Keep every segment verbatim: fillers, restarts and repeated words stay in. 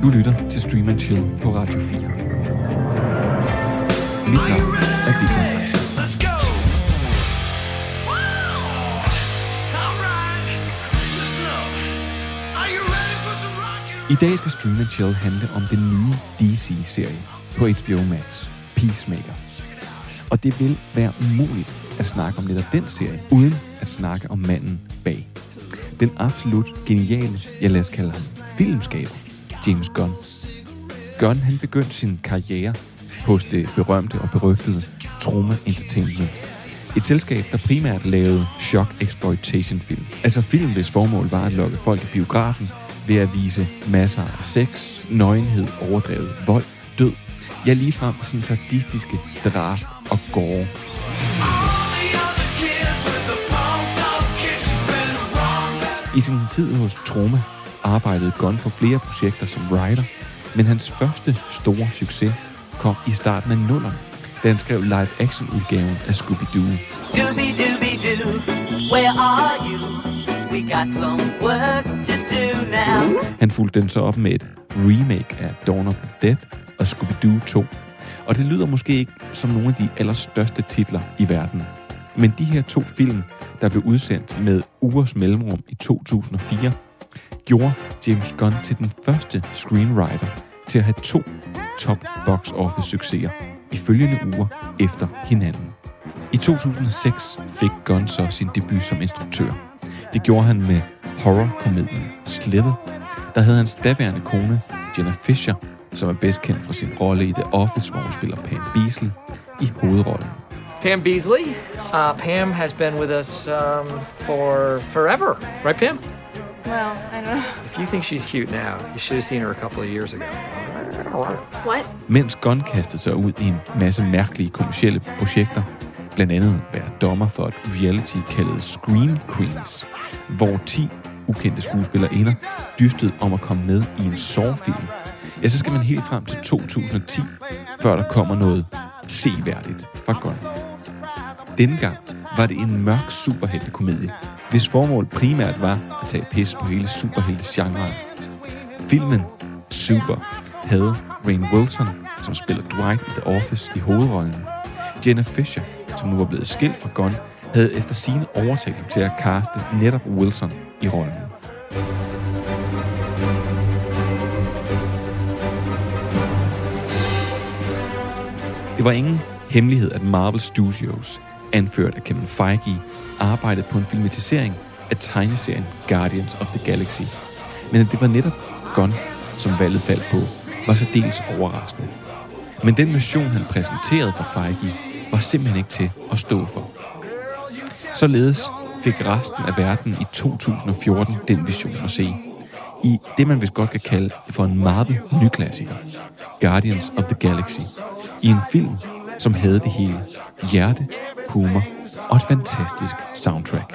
Du lytter til Stream and Chill på Radio fire. Mit navn er Viggo. I dag skal Stream and Chill handle om den nye D C-serie på H B O Max, Peacemaker. Og det vil være umuligt at snakke om netop den serie, uden at snakke om manden bag. Den absolut geniale, jeg lad os kalde ham, filmskaber, James Gunn. Gunn han begyndte sin karriere hos det berømte og berygtede Troma Entertainment. Et selskab, der primært lavede shock-exploitation-film. Altså film, hvis formål var at lokke folk i biografen ved at vise masser af sex, nøgenhed, overdrevet vold, død. Ja, ligefrem sådan sadistiske drab og gore. I sin tid hos Troma arbejdede Gunn på flere projekter som writer, men hans første store succes kom i starten af nullerne, da han skrev live-action-udgaven af Scooby-Doo. Scooby-Dooby-Doo, where are you? We got some work to do now. Han fulgte den så op med et remake af Dawn of the Dead og Scooby-Doo to. Og det lyder måske ikke som nogle af de allerstørste titler i verden. Men de her to film, der blev udsendt med ugers mellemrum i to tusind og fire, gjorde James Gunn til den første screenwriter til at have to top box office succeser i følgende uger efter hinanden. I to tusind og seks fik Gunn så sin debut som instruktør. Det gjorde han med horror-komedien Slither. Der havde hans daværende kone, Jenna Fischer, som er bedst kendt for sin rolle i The Office, hvor hun spiller Pam Beesly, i hovedrollen. Pam Beesly. Uh, Pam has been with us um, for forever. Right, Pam? Well, I don't know. If you think she's cute now, you should have seen her a couple of years ago. What? Mens Gunn kastede sig ud i en masse mærkelige kommercielle projekter, blandt andet være dommer for et reality kaldet Scream Queens, hvor ti ukendte skuespillerinder dystede om at komme med i en Saw-film. Ja, så skal man helt frem til to tusind og ti, før der kommer noget seværdigt fra Gunn. Denne gang var det en mørk superheltekomedie, hvis formål primært var at tage pis på hele superheltegenren. Filmen Super havde Rainn Wilson, som spiller Dwight i The Office, i hovedrollen. Jenna Fischer, som nu var blevet skilt fra Gunn, havde efter sigende overtalt ham til at caste netop Wilson i rollen. Det var ingen hemmelighed, at Marvel Studios, anført af Kevin Feige, arbejdede på en filmatisering af tegneserien Guardians of the Galaxy. Men at det var netop Gunn, som valget faldt på, var så dels overraskende. Men den version, han præsenterede for Feige, var simpelthen ikke til at stå for. Således fik resten af verden i to tusind og fjorten den vision at se. I det, man vist godt kan kalde for en Marvel-nyklassiker, Guardians of the Galaxy. I en film, som havde det hele. Hjerte, humor og et fantastisk soundtrack.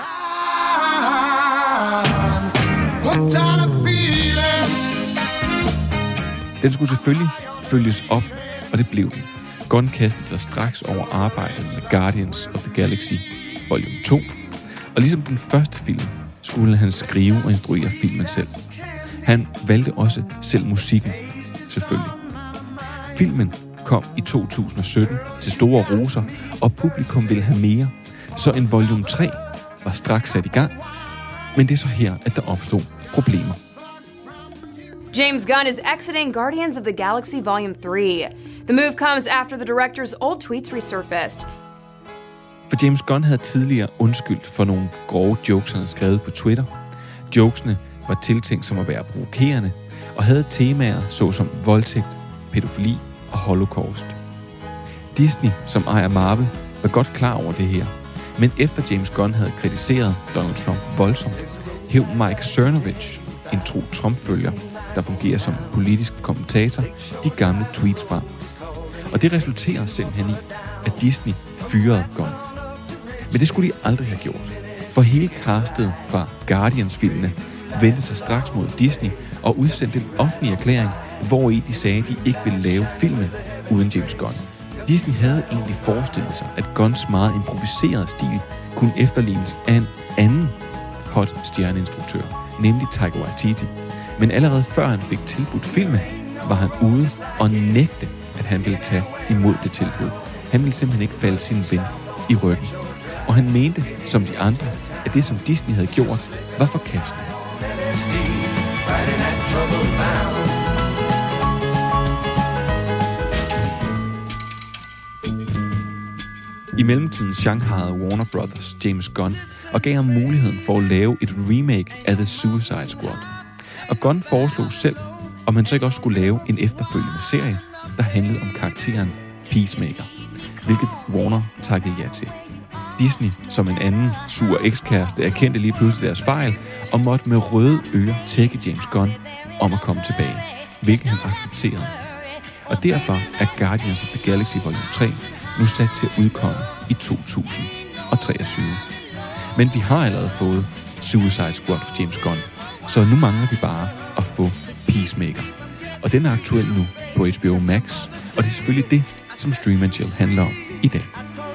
Den skulle selvfølgelig følges op, og det blev den. Gunn kastede sig straks over arbejdet med Guardians of the Galaxy Volume to, og ligesom den første film, skulle han skrive og instruere filmen selv. Han valgte også selv musikken, selvfølgelig. Filmen kom i to tusind og sytten til store roser, og publikum ville have mere, så en Volume tre var straks sat i gang, men det er så her, at der opstod problemer. James Gunn is exiting Guardians of the Galaxy Volume three. The move comes after the director's old tweets resurfaced. For James Gunn havde tidligere undskyldt for nogle grove jokes, han havde skrevet på Twitter. Jokesene var tiltænkt som at være provokerende, og havde temaer såsom voldtægt, pædofili og holocaust. Disney, som ejer Marvel, var godt klar over det her. Men efter James Gunn havde kritiseret Donald Trump voldsomt, hæv Mike Cernovich, en tro Trump-følger, der fungerer som politisk kommentator, de gamle tweets frem. Og det resulterede simpelthen i, at Disney fyrede Gunn. Men det skulle de aldrig have gjort. For hele castet fra Guardians-filmene vendte sig straks mod Disney og udsendte en offentlig erklæring, hvori de sagde, at de ikke ville lave filmen uden James Gunn. Disney havde egentlig forestillet sig, at Gunns meget improviserede stil kunne efterlignes af en anden hot stjerneinstruktør, nemlig Taika Waititi. Men allerede før han fik tilbudt filmen, var han ude og nægte, at han ville tage imod det tilbud. Han ville simpelthen ikke falde sin ven i ryggen. Og han mente, som de andre, at det, som Disney havde gjort, var forkastet. I mellemtiden shanghaiede Warner Brothers James Gunn og gav ham muligheden for at lave et remake af The Suicide Squad. Og Gunn foreslog selv, om han så ikke også skulle lave en efterfølgende serie, der handlede om karakteren Peacemaker, hvilket Warner takkede ja til. Disney, som en anden sur ekskæreste, erkendte lige pludselig deres fejl og måtte med røde ører tække James Gunn om at komme tilbage, hvilket han accepterede. Og derfor er Guardians of the Galaxy Volume tre nu sat til at udkomme i to tusind treogtyve. Men vi har allerede fået Suicide Squad for James Gunn, så nu mangler vi bare at få Peacemaker. Og den er aktuel nu på H B O Max, og det er selvfølgelig det, som Stream and Chill handler om i dag.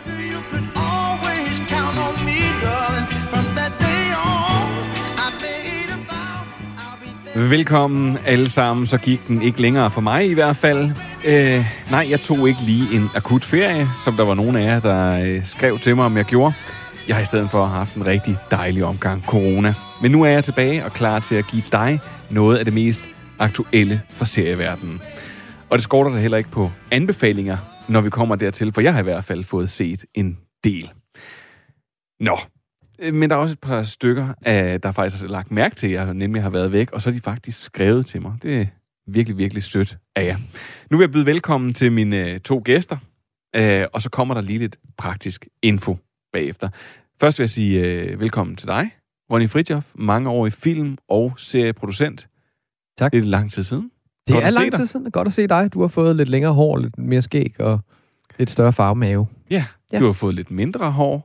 Velkommen alle sammen, så gik den ikke længere for mig i hvert fald. Øh, nej, jeg tog ikke lige en akut ferie, som der var nogen af jer, der øh, skrev til mig, om jeg gjorde. Jeg har i stedet for haft en rigtig dejlig omgang corona. Men nu er jeg tilbage og klar til at give dig noget af det mest aktuelle fra serieverdenen. Og det skorter der heller ikke på anbefalinger, når vi kommer dertil, for jeg har i hvert fald fået set en del. Nå, men der er også et par stykker, der faktisk har lagt mærke til, at jeg nemlig har været væk, og så har de faktisk skrevet til mig. Det er virkelig, virkelig sødt af jer. Nu vil jeg byde velkommen til mine to gæster, og så kommer der lige lidt praktisk info bagefter. Først vil jeg sige velkommen til dig, Ronny Fridtjof, mange år i film- og serieproducent. Tak. Det er lang tid siden. Det godt er lang tid siden. Godt at se dig. Du har fået lidt længere hår, lidt mere skæg og lidt større farvemave. Ja, ja. Du har fået lidt mindre hår.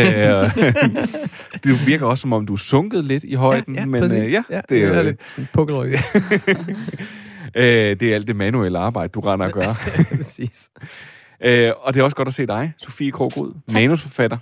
Det virker også, som om du er sunket lidt i højden. Ja, ja, men, præcis. Ja, ja, det er, det er lidt pukkelryg. Det er alt det manuelle arbejde, du render og gør. Præcis. Og det er også godt at se dig, Sofie Krogud, manusforfatter.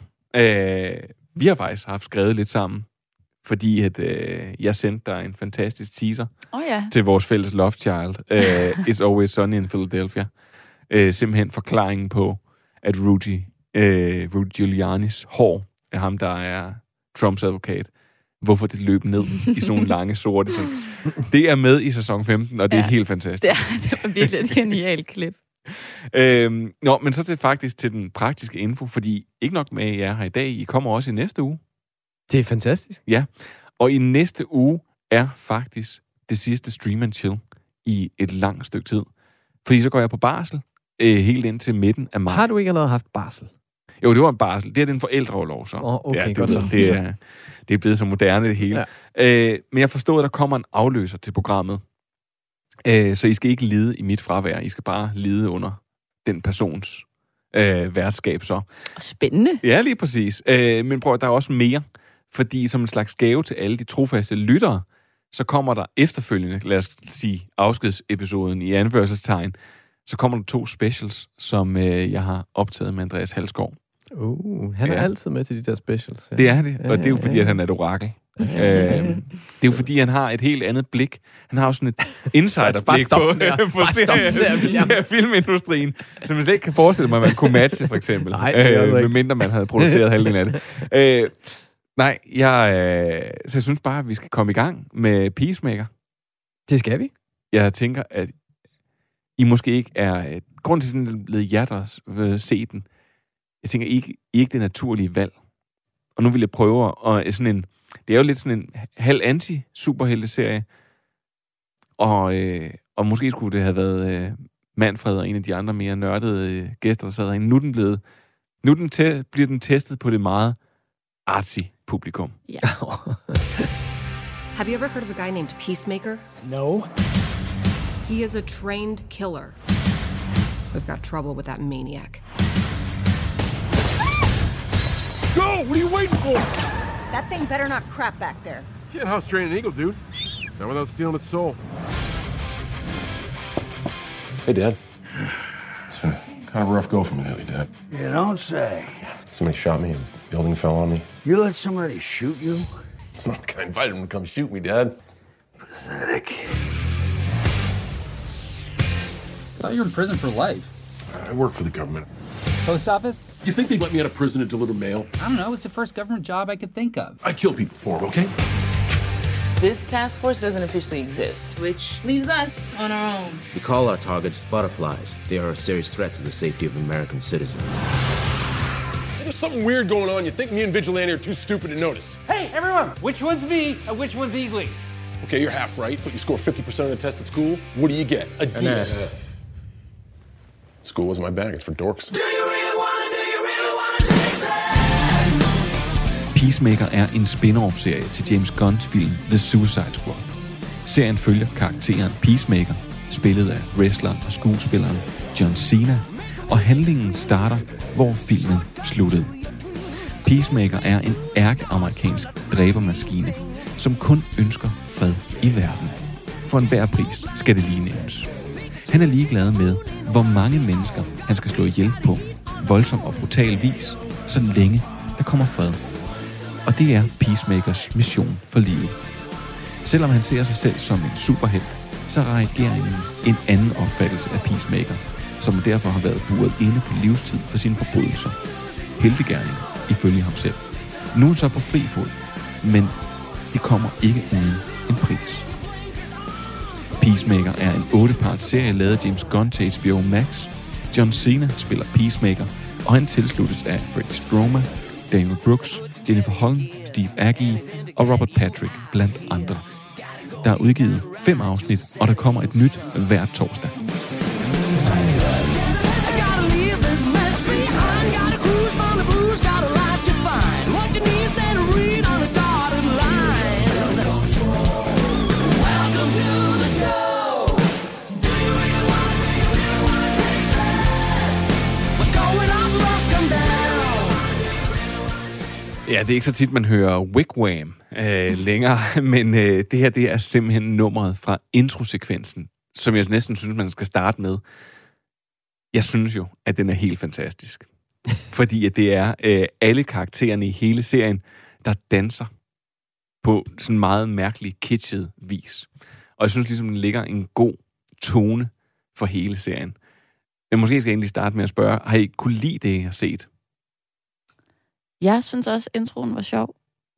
Vi har faktisk haft skrevet lidt sammen, fordi at, jeg sendte dig en fantastisk teaser oh, ja. til vores fælles Love Child. It's Always Sunny in Philadelphia. Simpelthen forklaringen på, at Rudy Uh, Rudy Giulianis hår er ham, der er Trumps advokat. Hvorfor det løb ned i sådan nogle lange sorte. Så det er med i sæson femten, og det ja, er helt fantastisk. Det, er, det var virkelig et genialt klip. øhm, nå, men så til faktisk til den praktiske info, fordi ikke nok med, at I er her i dag, I kommer også i næste uge. Det er fantastisk. Ja, og i næste uge er faktisk det sidste Stream and Chill i et langt stykke tid. Fordi så går jeg på barsel øh, helt ind til midten af maj. Har du ikke allerede haft barsel? Jo, det var en barsel. Det er den forældreoverlov, så. Oh, okay, ja, godt ved, det, er, det er blevet så moderne, det hele. Ja. Øh, men jeg forstod, at der kommer en afløser til programmet. Øh, så I skal ikke lide i mit fravær. I skal bare lide under den persons øh, værtskab, så. Spændende. Ja, lige præcis. Øh, men prøv, der er også mere. Fordi som en slags gave til alle de trofaste lyttere, så kommer der efterfølgende, lad os sige, afskedsepisoden i anførselstegn, så kommer der to specials, som øh, jeg har optaget med Andreas Halsgaard. Uh, han er ja. altid med til de der specials. Ja. Det er det, og det er jo fordi, at han er et orakel. Ja. Øh, det er jo fordi, han har et helt andet blik. Han har jo sådan et insiderblik på, på serie, filmindustrien, som jeg slet ikke kan forestille mig, at man kunne matche, for eksempel. Nej, det er altså øh, medmindre man havde produceret halvdelen af det. Øh, nej, jeg, øh, så jeg synes bare, at vi skal komme i gang med Peacemaker. Det skal vi. Jeg tænker, at I måske ikke er... Grunden til sådan lidt hjerter at se den, jeg tænker, I ikke, I ikke det naturlige valg. Og nu vil jeg prøve at sådan en... Det er jo lidt sådan en halv anti-superhelte-serie. Og, øh, og måske skulle det have været øh, Manfred og en af de andre mere nørdede øh, gæster, der sad herinde. Nu er den blevet... Nu er den te- bliver den testet på det meget artsy publikum. Yeah. Have you ever heard of a guy named Peacemaker? No. He is a trained killer. We've got trouble with that maniac. Go! What are you waiting for? That thing better not crap back there. Can't house train an eagle, dude. Not without stealing its soul. Hey, Dad. It's been kind of a rough go for me lately, Dad. You don't say. Somebody shot me and the building fell on me. You let somebody shoot you? It's not like I invited him to come shoot me, Dad. Pathetic. thought you were in prison for life. I work for the government. Post office? You think they'd let me out of prison to deliver mail? I don't know. It's the first government job I could think of. I kill people for them, okay? This task force doesn't officially exist, which leaves us on our own. We call our targets butterflies. They are a serious threat to the safety of American citizens. There's something weird going on. You think me and Vigilante are too stupid to notice. Hey, everyone! Which one's me and which one's Eagly? Okay, you're half right, but you score fifty percent of the test at school. What do you get? A D. An F. School wasn't my bag. It's for dorks. Peacemaker er en spin-off-serie til James Gunns film The Suicide Squad. Serien følger karakteren Peacemaker, spillet af wrestleren og skuespilleren John Cena, og handlingen starter, hvor filmen sluttede. Peacemaker er en ærkeamerikansk dræbermaskine, som kun ønsker fred i verden. For enhver pris skal det lige nævnes. Han er ligeglad med, hvor mange mennesker han skal slå ihjel på, voldsom og brutal vis, så længe der kommer fred. Og det er Peacemakers mission for livet. Selvom han ser sig selv som en superhelt, så har regeringen en anden opfattelse af Peacemaker, som derfor har været buret inde på livstid for sine forbrydelser. Heltegerning, ifølge ham selv. Nu er han så på fri fod, men det kommer ikke uden en pris. Peacemaker er en otte-part serie lavet af James Gunn til H B O Max. John Cena spiller Peacemaker, og han tilsluttes af Fred Stroma, Daniel Brooks, Jennifer Holm, Steve Agee og Robert Patrick blandt andre. Der er udgivet fem afsnit, og der kommer et nyt hver torsdag. Ja, det er ikke så tit, man hører Wigwam øh, længere, men øh, det her, det er simpelthen nummeret fra introsekvensen, som jeg næsten synes, man skal starte med. Jeg synes jo, at den er helt fantastisk. Fordi at det er øh, alle karaktererne i hele serien, der danser på sådan meget mærkelig, kitschet vis. Og jeg synes ligesom, den ligger en god tone for hele serien. Men måske skal jeg egentlig starte med at spørge, har I kunne lide det, jeg har set? Jeg synes også, introen var sjov.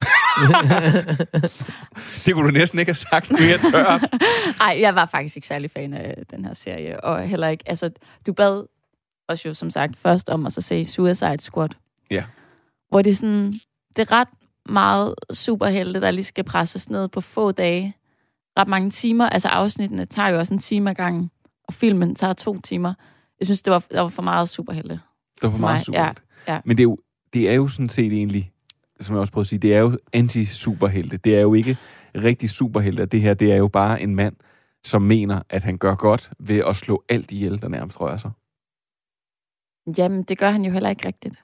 Det kunne du næsten ikke have sagt mere tørt. Ej, jeg var faktisk ikke særlig fan af den her serie, og heller ikke, altså, du bad os jo som sagt først om at så se Suicide Squad. Ja. Hvor det er sådan, det er ret meget superhelte, der lige skal presses ned på få dage. Ret mange timer, altså afsnittene tager jo også en time ad gangen, og filmen tager to timer. Jeg synes, det var, der var for meget superhelte. Det var for meget superhelte. Ja, ja. Men det er jo Det er jo sådan set egentlig, som jeg også prøver at sige, det er jo anti-superhelte. Det er jo ikke rigtig superhelte. Det her, det er jo bare en mand, som mener, at han gør godt ved at slå alt ihjel, der nærmest rører sig. Jamen, det gør han jo heller ikke rigtigt.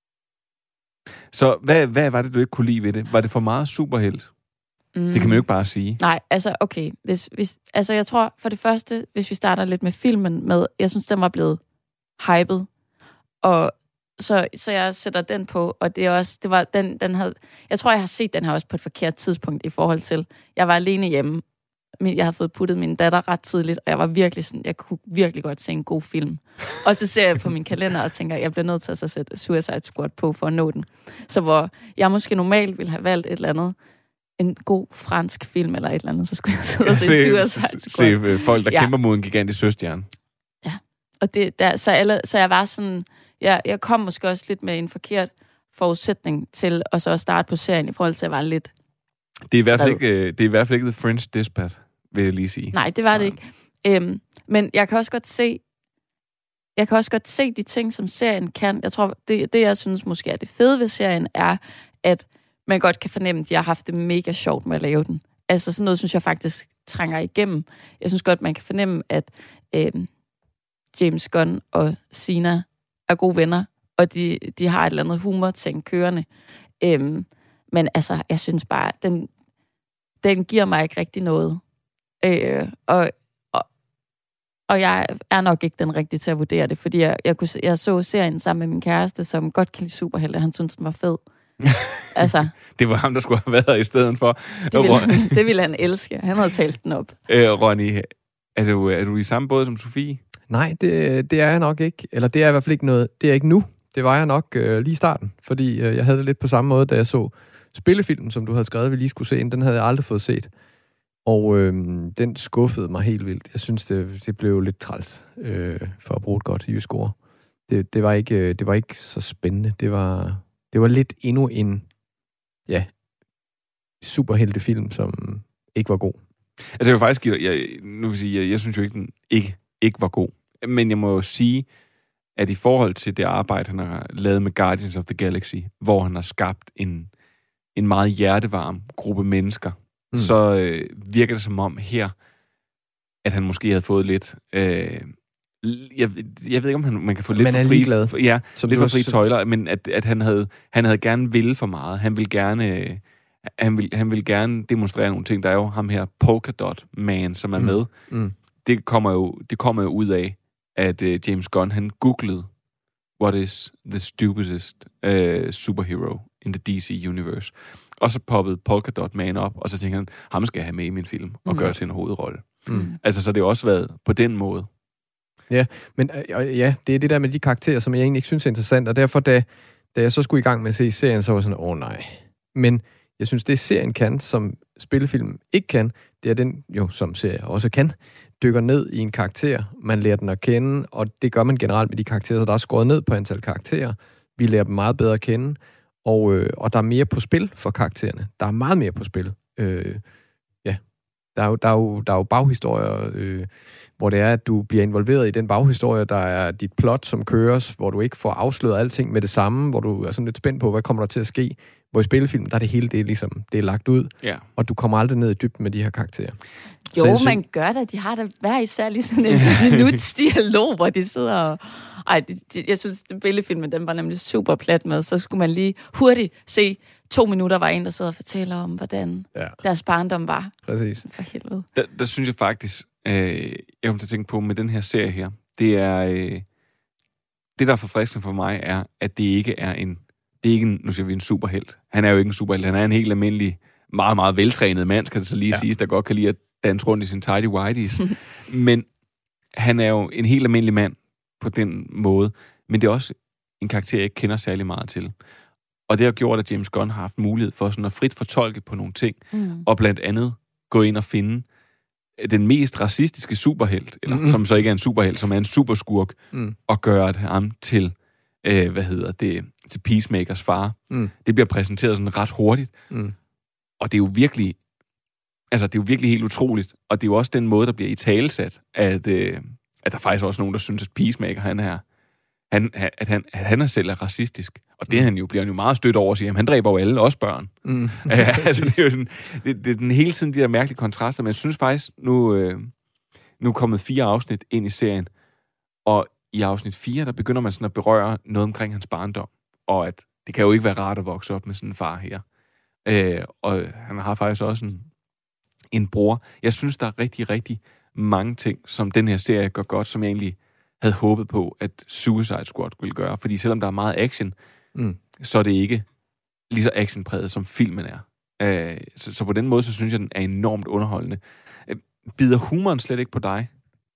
Så hvad, hvad var det, du ikke kunne lide ved det? Var det for meget superhelt? Mm. Det kan man jo ikke bare sige. Nej, altså, okay. Hvis, hvis, altså, jeg tror, for det første, hvis vi starter lidt med filmen med, jeg synes, den var blevet hyped. Og Så, så jeg sætter den på, og det er også, det var, den, den havde, jeg tror, jeg har set den her også på et forkert tidspunkt i forhold til, jeg var alene hjemme, jeg havde fået puttet min datter ret tidligt, og jeg var virkelig sådan, jeg kunne virkelig godt se en god film. Og så ser jeg på min kalender og tænker, jeg bliver nødt til at så sætte Suicide Squad på for at nå den. Så hvor jeg måske normalt ville have valgt et eller andet, en god fransk film eller et eller andet, så skulle jeg sidde og se, se Suicide Squad. Se folk, der ja. kæmper mod en gigantisk søstjerne. Ja, og det, der, så, alle, så jeg var sådan, jeg, jeg kom måske også lidt med en forkert forudsætning til at så starte på serien, i forhold til at være lidt... Det er i hvert fald ikke, det er i hvert fald ikke The French Dispatch, vil jeg lige sige. Nej, det var det ikke. Øhm, men jeg kan også godt se, jeg kan også godt se de ting, som serien kan. Jeg tror, det, det jeg synes måske er det fede ved serien, er, at man godt kan fornemme, at de har haft det mega sjovt med at lave den. Altså sådan noget, synes jeg faktisk trænger igennem. Jeg synes godt, man kan fornemme, at øhm, James Gunn og Cena er gode venner, og de, de har et eller andet humor-ting kørende. Øhm, men altså, jeg synes bare, den, den giver mig ikke rigtig noget. Øh, og, og, og jeg er nok ikke den rigtige til at vurdere det, fordi jeg, jeg, kunne, jeg så serien sammen med min kæreste, som godt kan lide superhelte, han synes, den var fed. Altså, det var ham, der skulle have været her i stedet for. Det ville, han, det ville han elske. Han havde talt den op. Øh, Ronny, er du, er du i samme båd som Sofie? Nej, det, det er jeg nok ikke. Eller det er i hvert fald ikke noget... Det er ikke nu. Det var jeg nok øh, lige i starten. Fordi øh, jeg havde det lidt på samme måde, da jeg så spillefilmen, som du havde skrevet, vi lige skulle se. Den havde jeg aldrig fået set. Og øh, den skuffede mig helt vildt. Jeg synes, det, det blev lidt træls, øh, for at bruge et godt jysk ord. Det, det, var ikke, det var ikke så spændende. Det var, det var lidt endnu en ja, superheltefilm, som ikke var god. Altså, jeg vil faktisk give dig... Jeg, nu vil sige, jeg, jeg synes jo ikke, den ikke, ikke var god. Men jeg må jo sige, at i forhold til det arbejde, han har lavet med Guardians of the Galaxy, hvor han har skabt en, en meget hjertevarm gruppe mennesker, mm. så øh, virker det som om her, at han måske havde fået lidt... Øh, jeg, jeg ved ikke, om han, man kan få lidt man for er fri... ligeglad. For, ja, som lidt for også... fri tøjler, men at, at han, havde, han havde gerne ville for meget. Han ville gerne... Øh, han ville, han ville gerne demonstrere nogle ting. Der er jo ham her, Polka Dot Man, som er mm. med. Mm. Det kommer jo, det kommer jo ud af, at uh, James Gunn, han googlede, what is the stupidest uh, superhero in the D C universe? Og så poppede Polka Dot Man op, og så tænkte han, ham skal jeg have med i min film, og mm. gøre til en hovedrolle. Mm. Altså, så det har også været på den måde. Ja, men øh, ja, det er det der med de karakterer, som jeg egentlig ikke synes er interessant, og derfor, da, da jeg så skulle i gang med at se serien, så var jeg sådan, åh oh, nej. Men jeg synes, det serien kan, som spillefilm ikke kan, det er den, jo, som serie også kan, dykker ned i en karakter, man lærer den at kende, og det gør man generelt med de karakterer, så der er skåret ned på antal karakterer. Vi lærer dem meget bedre at kende, og, øh, og der er mere på spil for karaktererne. Der er meget mere på spil. Øh, ja, der er, jo, der, er jo, der er jo baghistorier, øh, hvor det er, at du bliver involveret i den baghistorie, der er dit plot, som køres, hvor du ikke får afsløret alting med det samme, hvor du er sådan lidt spændt på, hvad kommer der til at ske. Hvor i spillefilm, der er det hele, det er ligesom, det er lagt ud, ja. Og du kommer aldrig ned i dybden med de her karakterer. Jo, man synes... gør det. De har da hver især lige sådan en minuts dialog, hvor de sidder og... Ej, de, de, jeg synes, den spillefilmen, den var nemlig super plat med, så skulle man lige hurtigt se, to minutter var en, der sidder og fortæller om, hvordan ja. deres barndom var. Præcis. For helvede. Der, der synes jeg faktisk, øh, jeg kommer til at tænke på med den her serie her, det er... Øh, det, der er forfriskende for mig, er, at det ikke er en... Det er ikke en, nu siger vi en superhelt. Han er jo ikke en superhelt. Han er en helt almindelig, meget, meget veltrænet mand, skal det så lige ja. siges, der godt kan lide at danse rundt i sin tidy whities. Men han er jo en helt almindelig mand på den måde. Men det er også en karakter, jeg ikke kender særlig meget til. Og det har gjort, at James Gunn har haft mulighed for sådan at frit fortolke på nogle ting, mm. og blandt andet gå ind og finde den mest racistiske superhelt, eller mm. som så ikke er en superhelt, som er en superskurk, mm. og gøre ham til, øh, hvad hedder det, til Peacemakers far. Mm. Det bliver præsenteret sådan ret hurtigt. Mm. Og det er jo virkelig, altså det er jo virkelig helt utroligt. Og det er jo også den måde, der bliver italesat, at, øh, at der faktisk også nogen, der synes, at Peacemaker, han er, han, at han, at han er selv er racistisk. Og det han jo, bliver han jo meget stødt over at sige, at han dræber jo alle, også børn. Mm. altså, det er jo sådan, det, det er den hele tiden de der mærkelige kontraster, men jeg synes faktisk, nu, øh, nu er kommet fire afsnit ind i serien, og i afsnit fire, der begynder man sådan at berøre noget omkring hans barndom, og at det kan jo ikke være rart at vokse op med sådan en far her. Øh, og han har faktisk også en, en bror. Jeg synes, der er rigtig, rigtig mange ting, som den her serie gør godt, som jeg egentlig havde håbet på, at Suicide Squad ville gøre. Fordi selvom der er meget action, mm. så er det ikke lige så actionpræget, som filmen er. Øh, så, så på den måde, så synes jeg, den er enormt underholdende. Øh, bider humoren slet ikke på dig?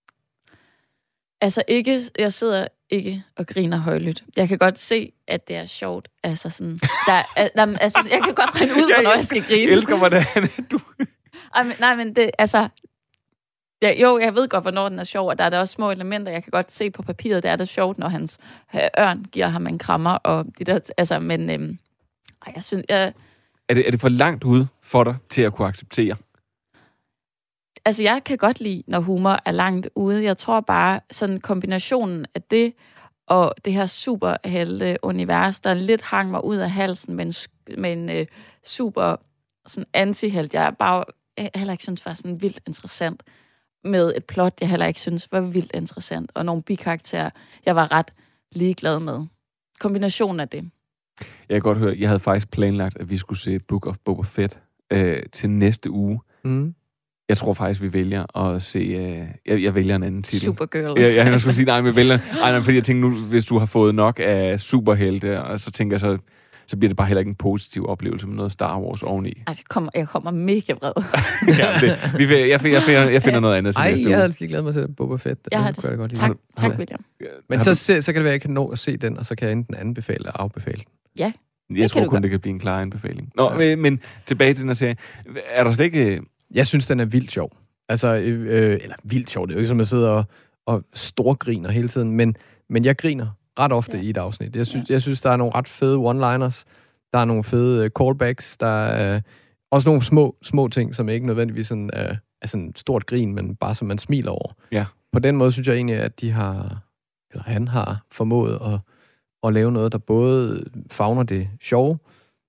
Altså ikke, jeg sidder ikke og griner højlydt. Jeg kan godt se, at det er sjovt. Altså sådan, der, der, altså, jeg kan godt regne ud, hvornår jeg skal grine. Jeg elsker, hvordan du... Ej, men, nej, men det, altså... Ja, jo, jeg ved godt, hvornår den er sjov, og der er der også små elementer, jeg kan godt se på papiret, det er det sjovt, når hans øh, ørn giver ham en krammer, og de der, altså, men øhm, jeg synes, jeg... Er det, er det for langt ude for dig til at kunne acceptere? Altså, jeg kan godt lide, når humor er langt ude. Jeg tror bare, sådan kombinationen af det, og det her superhelte-univers, der lidt hang mig ud af halsen, med en, med en øh, super sådan antihelt, jeg bare heller ikke synes var sådan vildt interessant, med et plot, jeg heller ikke synes var vildt interessant, og nogle bikarakterer, jeg var ret ligeglad med. Kombinationen af det. Jeg kan godt høre, jeg havde faktisk planlagt, at vi skulle se Book of Boba Fett øh, til næste uge. Mm. Jeg tror faktisk, vi vælger at se... Øh, jeg, jeg vælger en anden titel. Supergirl. Jeg, jeg, jeg skulle sige, nej, vi vælger... Ej, nej, fordi jeg tænker nu, hvis du har fået nok af superhelte, og så tænker jeg så... så bliver det bare heller ikke en positiv oplevelse med noget Star Wars oveni. Ej, jeg kommer, jeg kommer mega vred. ja, det, vi vil, jeg, finder, jeg, finder, jeg finder noget andet til Ej, næste uge. jeg havde lige glædet mig til Boba Fett. Jeg har det. Det godt tak, tak, William. Men så, se, så kan det være, at jeg kan nå at se den, og så kan jeg enten anbefale eller afbefale den. Ja. Jeg tror kun, godt. Det kan blive en klar anbefaling. Nå, ja. men tilbage til den her serie. Er der slet ikke... Jeg synes, den er vildt sjov. Altså, øh, eller vildt sjov. Det er jo ikke som, at jeg sidder og, og storgriner hele tiden, men, men jeg griner ret ofte ja. i et afsnit. Jeg synes, ja. jeg synes, der er nogle ret fede one-liners. Der er nogle fede uh, callbacks. Der er uh, også nogle små, små ting, som ikke nødvendigvis sådan, uh, er sådan et stort grin, men bare som man smiler over. Ja. På den måde synes jeg egentlig, at de har, eller han har formået at, at lave noget, der både favner det sjove,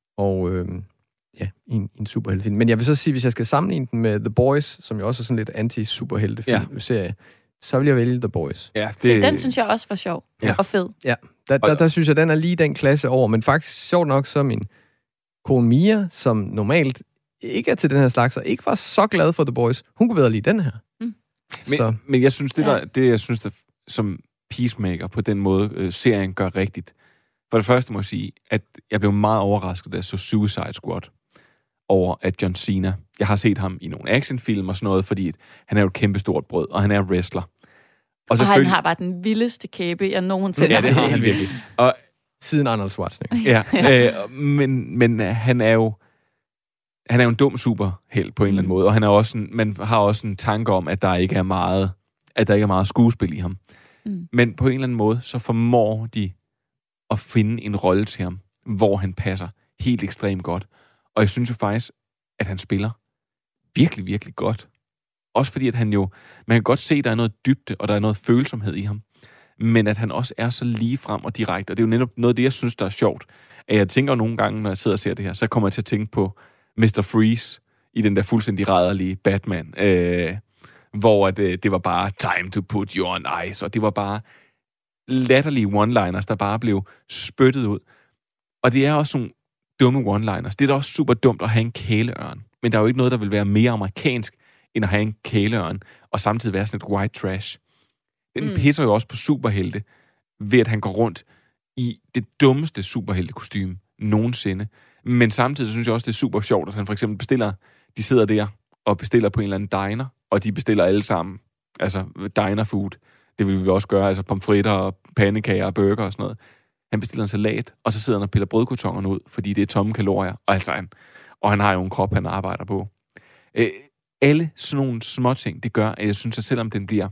og øh, ja, i en, en superheltefilm. Men jeg vil så sige, hvis jeg skal sammenligne den med The Boys, som jo også er sådan lidt anti-superheltefilm-serie, ja. så vil jeg vælge The Boys. Ja, det... Så den synes jeg også var sjov ja. og fed. Ja, der, der, der synes jeg, den er lige den klasse over. Men faktisk, sjovt nok, så min kone Mia, som normalt ikke er til den her slags, og ikke var så glad for The Boys, hun kunne bedre lide den her. Mm. Men, men jeg synes, det, der, det jeg synes, der, som Peacemaker på den måde, øh, serien gør rigtigt. For det første må jeg sige, at jeg blev meget overrasket, da jeg så Suicide Squad over, at John Cena, jeg har set ham i nogle actionfilm og sådan noget, fordi han er jo et kæmpestort brød, og han er wrestler. Og, og han har bare den vildeste kæbe, jeg nogensinde ja, det har han virkelig. Og, siden Arnold Schwarzenegger. Ja, øh, men, men han er jo han er jo en dum superhelt på en mm. eller anden måde, og han er også en, man har også en tanke om, at der ikke er meget, at der ikke er meget skuespil i ham. Mm. Men på en eller anden måde, så formår de at finde en rolle til ham, hvor han passer helt ekstremt godt. Og jeg synes jo faktisk, at han spiller virkelig, virkelig godt. Også fordi, at han jo, man kan godt se, at der er noget dybde, og der er noget følsomhed i ham. Men at han også er så ligefrem og direkte. Og det er jo netop noget af det, jeg synes, der er sjovt. At jeg tænker nogle gange, når jeg sidder og ser det her, så kommer jeg til at tænke på mister Freeze i den der fuldstændig rædderlige Batman. Øh, hvor at, øh, det var bare time to put you on ice. Og det var bare latterlige one-liners, der bare blev spyttet ud. Og det er også nogle dumme one-liners. Det er da også super dumt at have en kæleørn. Men der er jo ikke noget, der vil være mere amerikansk, end at have en kæleørn, og samtidig være sådan et white trash. Den mm. pisser jo også på superhelte, ved at han går rundt i det dummeste superheltekostyme nogensinde. Men samtidig synes jeg også, det er super sjovt, at han for eksempel bestiller, de sidder der og bestiller på en eller anden diner, og de bestiller alle sammen, altså diner food. Det vil vi også gøre, altså pomfritter og pandekager og burger og sådan noget. Han bestiller en salat, og så sidder han og piller brødkartonerne ud, fordi det er tomme kalorier, og, altså han, og han har jo en krop, han arbejder på. Øh, alle sådan nogle små ting, det gør, at jeg synes, at selvom den bliver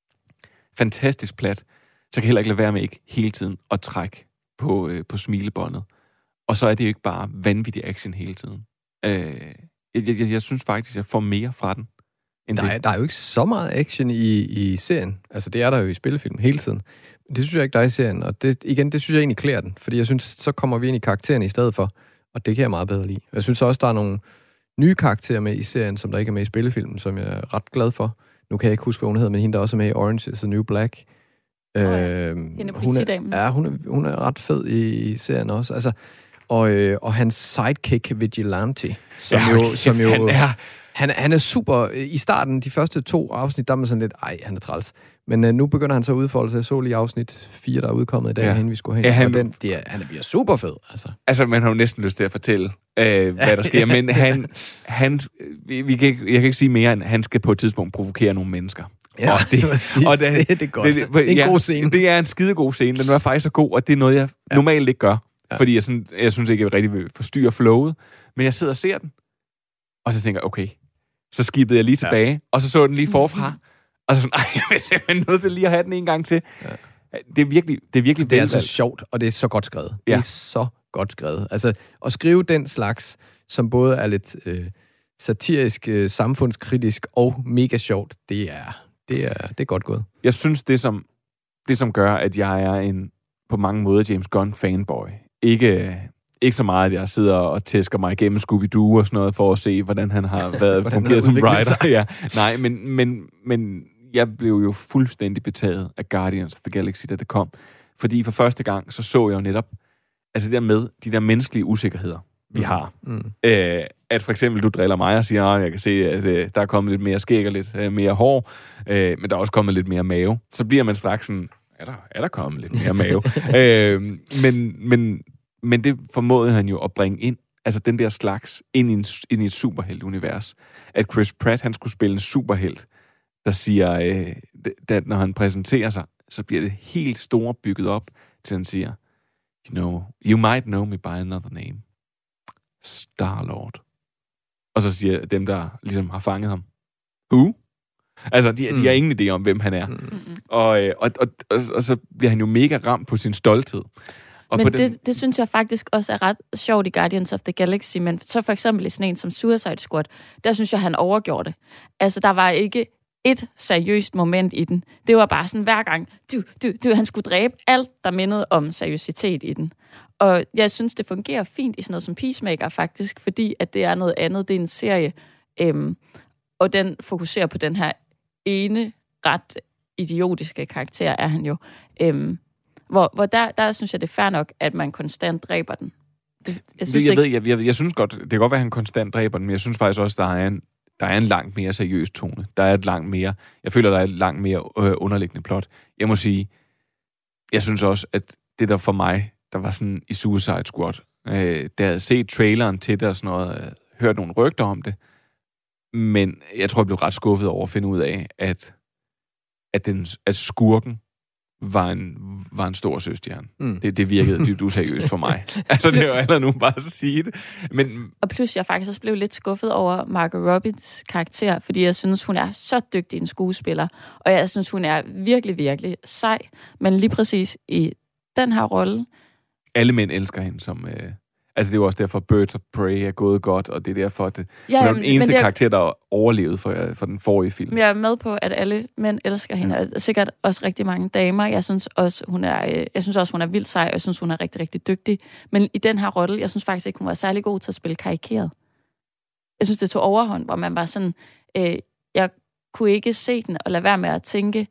fantastisk plat, så kan jeg heller ikke lade være med ikke hele tiden at trække på, øh, på smilebåndet. Og så er det jo ikke bare vanvittig action hele tiden. Øh, jeg, jeg, jeg synes faktisk, at jeg får mere fra den. End der, det. Er, der er jo ikke så meget action i, i serien. Altså, det er der jo i spillefilm hele tiden. Det synes jeg ikke, der er i serien. Og det, igen, det synes jeg egentlig klæder den. Fordi jeg synes, så kommer vi ind i karaktererne i stedet for. Og det kan jeg meget bedre lide. Jeg synes også, der er nogle nye karakterer med i serien, som der ikke er med i spillefilmen, som jeg er ret glad for. Nu kan jeg ikke huske, hvad hun hedder, men hende, der også er med i Orange is the New Black. Oh, ja. Hende hun politidamen. er, ja, hun er, hun er ret fed i, i serien også. Altså, og, øh, og hans sidekick, Vigilante, som ja, jo... Som jo han er... Han, han er super... I starten, de første to afsnit, der er man sådan lidt, ej, han er træls. Men øh, nu begynder han så at udfolde sig. Jeg så lige afsnit fire, der er udkommet i dag, ja. hen vi skulle hen. Ja, han, og den, det er, han bliver super fed, altså. Altså, man har jo næsten lyst til at fortælle, øh, hvad der sker. Men han... han vi, vi kan ikke, jeg kan ikke sige mere, end han skal på et tidspunkt provokere nogle mennesker. Ja, og det, og det, det, det er godt. Det, det, det er en ja, god scene. Det er en skidegod scene. Den er faktisk så god, og det er noget, jeg ja. normalt ikke gør. Ja. Fordi jeg, sådan, jeg synes ikke, jeg rigtig vil forstyrre flowet. Men jeg sidder og ser den, og så tænker jeg, okay, så skibede jeg lige tilbage, ja. og så så den lige forfra, og så sådan, ej, jeg er simpelthen nødt til lige at have den en gang til. Ja. Det er virkelig, det er virkelig det er altså sjovt, og det er så godt skrevet. Ja. Det er så godt skrevet. Altså, at skrive den slags, som både er lidt øh, satirisk, øh, samfundskritisk og mega sjovt, det er, det er, det er godt gået. Jeg synes, det som, det som gør, at jeg er en, på mange måder, James Gunn fanboy, ikke... Ikke så meget, at jeg sidder og tæsker mig igennem Scooby-Doo og sådan noget, for at se, hvordan han har været fungeret som writer. Ja. Nej, men, men, men jeg blev jo fuldstændig betaget af Guardians of the Galaxy, da det kom. Fordi for første gang, så så jeg jo netop, altså det der med, de der menneskelige usikkerheder, vi har. Mm. Æ, at for eksempel, du driller mig og siger, at jeg kan se, at øh, der er kommet lidt mere skæg og lidt øh, mere hår, øh, men der er også kommet lidt mere mave. Så bliver man straks sådan, er der, er der kommet lidt mere mave? Æ, men, men men det formåede han jo at bringe ind, altså den der slags, ind i, en, ind i et superhelt-univers. At Chris Pratt, han skulle spille en superhelt, der siger, øh, at når han præsenterer sig, så bliver det helt store bygget op, til han siger, you know, you might know me by another name. Star-Lord. Og så siger dem, der ligesom har fanget ham, who? Altså, de, mm. de har ingen idé om, hvem han er. Mm. Og, og, og, og, og så bliver han jo mega ramt på sin stolthed. Og men på det, den... det synes jeg faktisk også er ret sjovt i Guardians of the Galaxy, men så for eksempel i sådan en som Suicide Squad, der synes jeg, han overgjorde det. Altså, der var ikke et seriøst moment i den. Det var bare sådan, hver gang, du, du, du, han skulle dræbe alt, der mindede om seriøsitet i den. Og jeg synes, det fungerer fint i sådan noget som Peacemaker faktisk, fordi at det er noget andet. Det er en serie, øhm, og den fokuserer på den her ene ret idiotiske karakter, er han jo. Øhm, hvor hvor der, der synes jeg, det er fair nok, at man konstant dræber den. Det, jeg, synes jeg, ikke... ved, jeg, jeg, jeg synes godt, det kan godt være, at han konstant dræber den, men jeg synes faktisk også, der er en, der er en langt mere seriøs tone. Der er et langt mere, jeg føler, der er et langt mere øh, underliggende plot. Jeg må sige, jeg synes også, at det der for mig, der var sådan i Suicide Squad, øh, der havde set traileren til det og sådan noget, øh, hørt nogle rygter om det, men jeg tror, jeg blev ret skuffet over at finde ud af, at, at, den, at skurken var en, var en stor søstjerne. Mm. Det, det virkede dybt useriøst for mig. Altså, det er jo allerede nu bare at sige det. Men... Og plus, jeg faktisk også blev lidt skuffet over Margot Robbies karakter, fordi jeg synes, hun er så dygtig en skuespiller, og jeg synes, hun er virkelig, virkelig sej. Men lige præcis i den her rolle... Alle mænd elsker hende som... Øh... Altså, det er jo også derfor, Birds of Prey er gået godt, og det er derfor, at det ja, er den eneste er... karakter, der overlevede for, for den forrige film. Jeg er med på, at alle mænd elsker hende, ja. Og sikkert også rigtig mange damer. Jeg synes også, hun er, jeg synes også, hun er vildt sej, og jeg synes, hun er rigtig, rigtig dygtig. Men i den her rolle, jeg synes faktisk ikke, hun var særlig god til at spille karikeret. Jeg synes, det tog overhånd, hvor man bare sådan... Øh, jeg kunne ikke se den, og lade være med at tænke,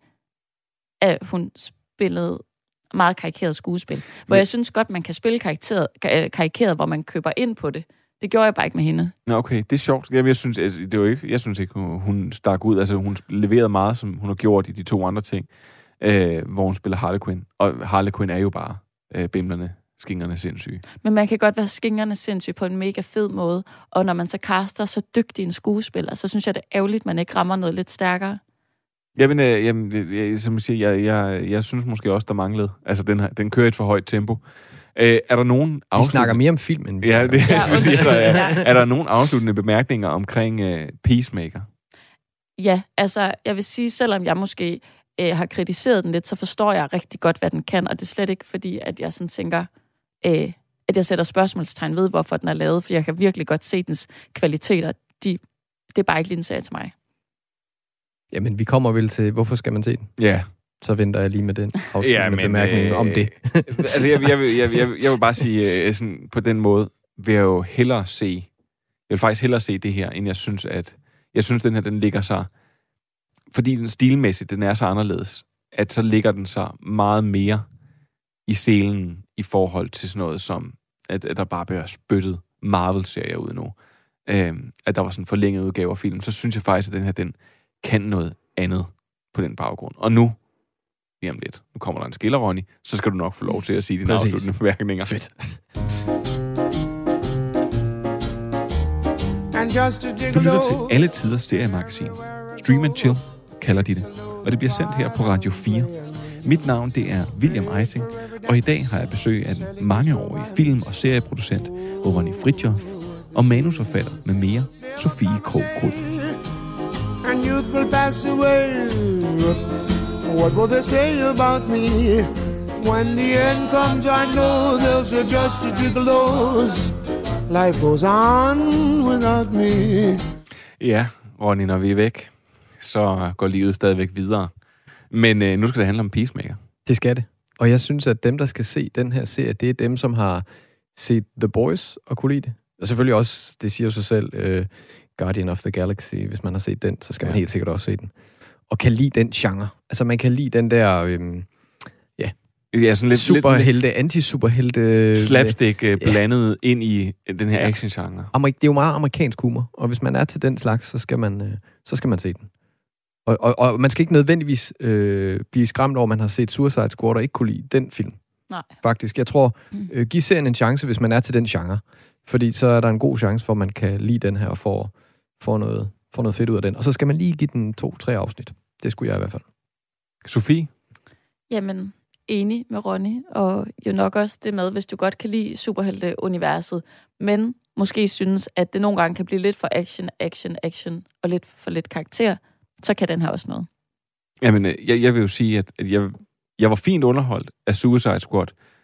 at hun spillede... meget karikeret skuespil. Hvor ja. Jeg synes godt, man kan spille karikeret, karikeret, hvor man køber ind på det. Det gjorde jeg bare ikke med hende. Nå, okay. Det er sjovt. Jeg, jeg, synes, altså, det var ikke, jeg synes ikke, hun, hun stak ud. Altså, hun leverede meget, som hun har gjort i de to andre ting, øh, hvor hun spiller Harley Quinn. Og Harley Quinn er jo bare øh, bimlerne, skingerne sindssyge. Men man kan godt være skingerne sindssyge på en mega fed måde. Og når man så kaster så dygtig en skuespiller, så synes jeg, det er ærgerligt, man ikke rammer noget lidt stærkere. Jamen, øh, jamen jeg, som jeg siger, jeg, jeg, jeg synes måske også, der manglede. Altså, den, her, den kører et for højt tempo. Øh, er der nogen afslut... Vi snakker mere om filmen. Ja, det, ja, okay. siger, der er, er der nogen afsluttende bemærkninger omkring øh, Peacemaker? Ja, altså, jeg vil sige, selvom jeg måske øh, har kritiseret den lidt, så forstår jeg rigtig godt, hvad den kan, og det er slet ikke fordi, at jeg sådan tænker, øh, at jeg sætter spørgsmålstegn ved, hvorfor den er lavet, for jeg kan virkelig godt se dens kvaliteter. De, det er bare ikke lige en serie til mig. Jamen, vi kommer vel til, hvorfor skal man se den? Ja. Så venter jeg lige med den afsluttende ja, bemærkning øh, om det. altså, jeg, jeg, jeg, jeg, jeg vil bare sige, sådan, på den måde vil jeg jo hellere se, jeg vil faktisk hellere se det her, end jeg synes, at, jeg synes, den her, den ligger sig, fordi den stilmæssigt, den er så anderledes, at så ligger den sig meget mere i selen i forhold til sådan noget som, at, at der bare bliver spyttet Marvel-serier ud nu. Øhm, at der var sådan en forlænget udgave af film, så synes jeg faktisk, at den her, den kan noget andet på den baggrund. Og nu, lige om lidt, nu kommer der en skiller, Ronny, så skal du nok få lov til at sige dine Præcis. afsluttende bemærkninger. Fedt. Du lytter til Alle Tiders Seriemagasin. Stream and Chill kalder de det. Og det bliver sendt her på Radio fire. Mit navn, det er William Eising, og i dag har jeg besøg af den mangeårige film- og serieproducent Ronny Fritjof og manusforfatter med mere, Sofie Krog Grud. And youth will pass away. What will they say about me? When the end comes, I know they'll say just a gigolo's. Life goes on without me. Ja, Ronny, når vi er væk, så går livet stadigvæk videre. Men øh, nu skal det handle om Peacemaker. Det skal det. Og jeg synes, at dem, der skal se den her serie, det er dem, som har set The Boys og kunne lide det. Og selvfølgelig også, det siger sig selv, øh, Guardian of the Galaxy. Hvis man har set den, så skal man ja. helt sikkert også se den. Og kan lide den genre. Altså, man kan lide den der, øhm, ja, ja sådan lidt, superhelte, anti-superhelte... Slapstick øh, blandet ja. ind i den her action-genre. Amerik- det er jo meget amerikansk humor, og hvis man er til den slags, så skal man, øh, så skal man se den. Og, og, og man skal ikke nødvendigvis øh, blive skræmt over, at man har set Suicide Squad og ikke kunne lide den film. Nej. Faktisk. Jeg tror, øh, giv serien en chance, hvis man er til den genre. Fordi så er der en god chance for, at man kan lide den her og få, få, noget, få noget fedt ud af den. Og så skal man lige give den to-tre afsnit. Det skulle jeg i hvert fald. Sofie? Jamen, enig med Ronny. Og jo nok også det med, hvis du godt kan lide superhelte-universet, men måske synes, at det nogle gange kan blive lidt for action, action, action, og lidt for lidt karakter, så kan den her også noget. Jamen, jeg, jeg vil jo sige, at, at jeg, jeg var fint underholdt af Suicide Squad,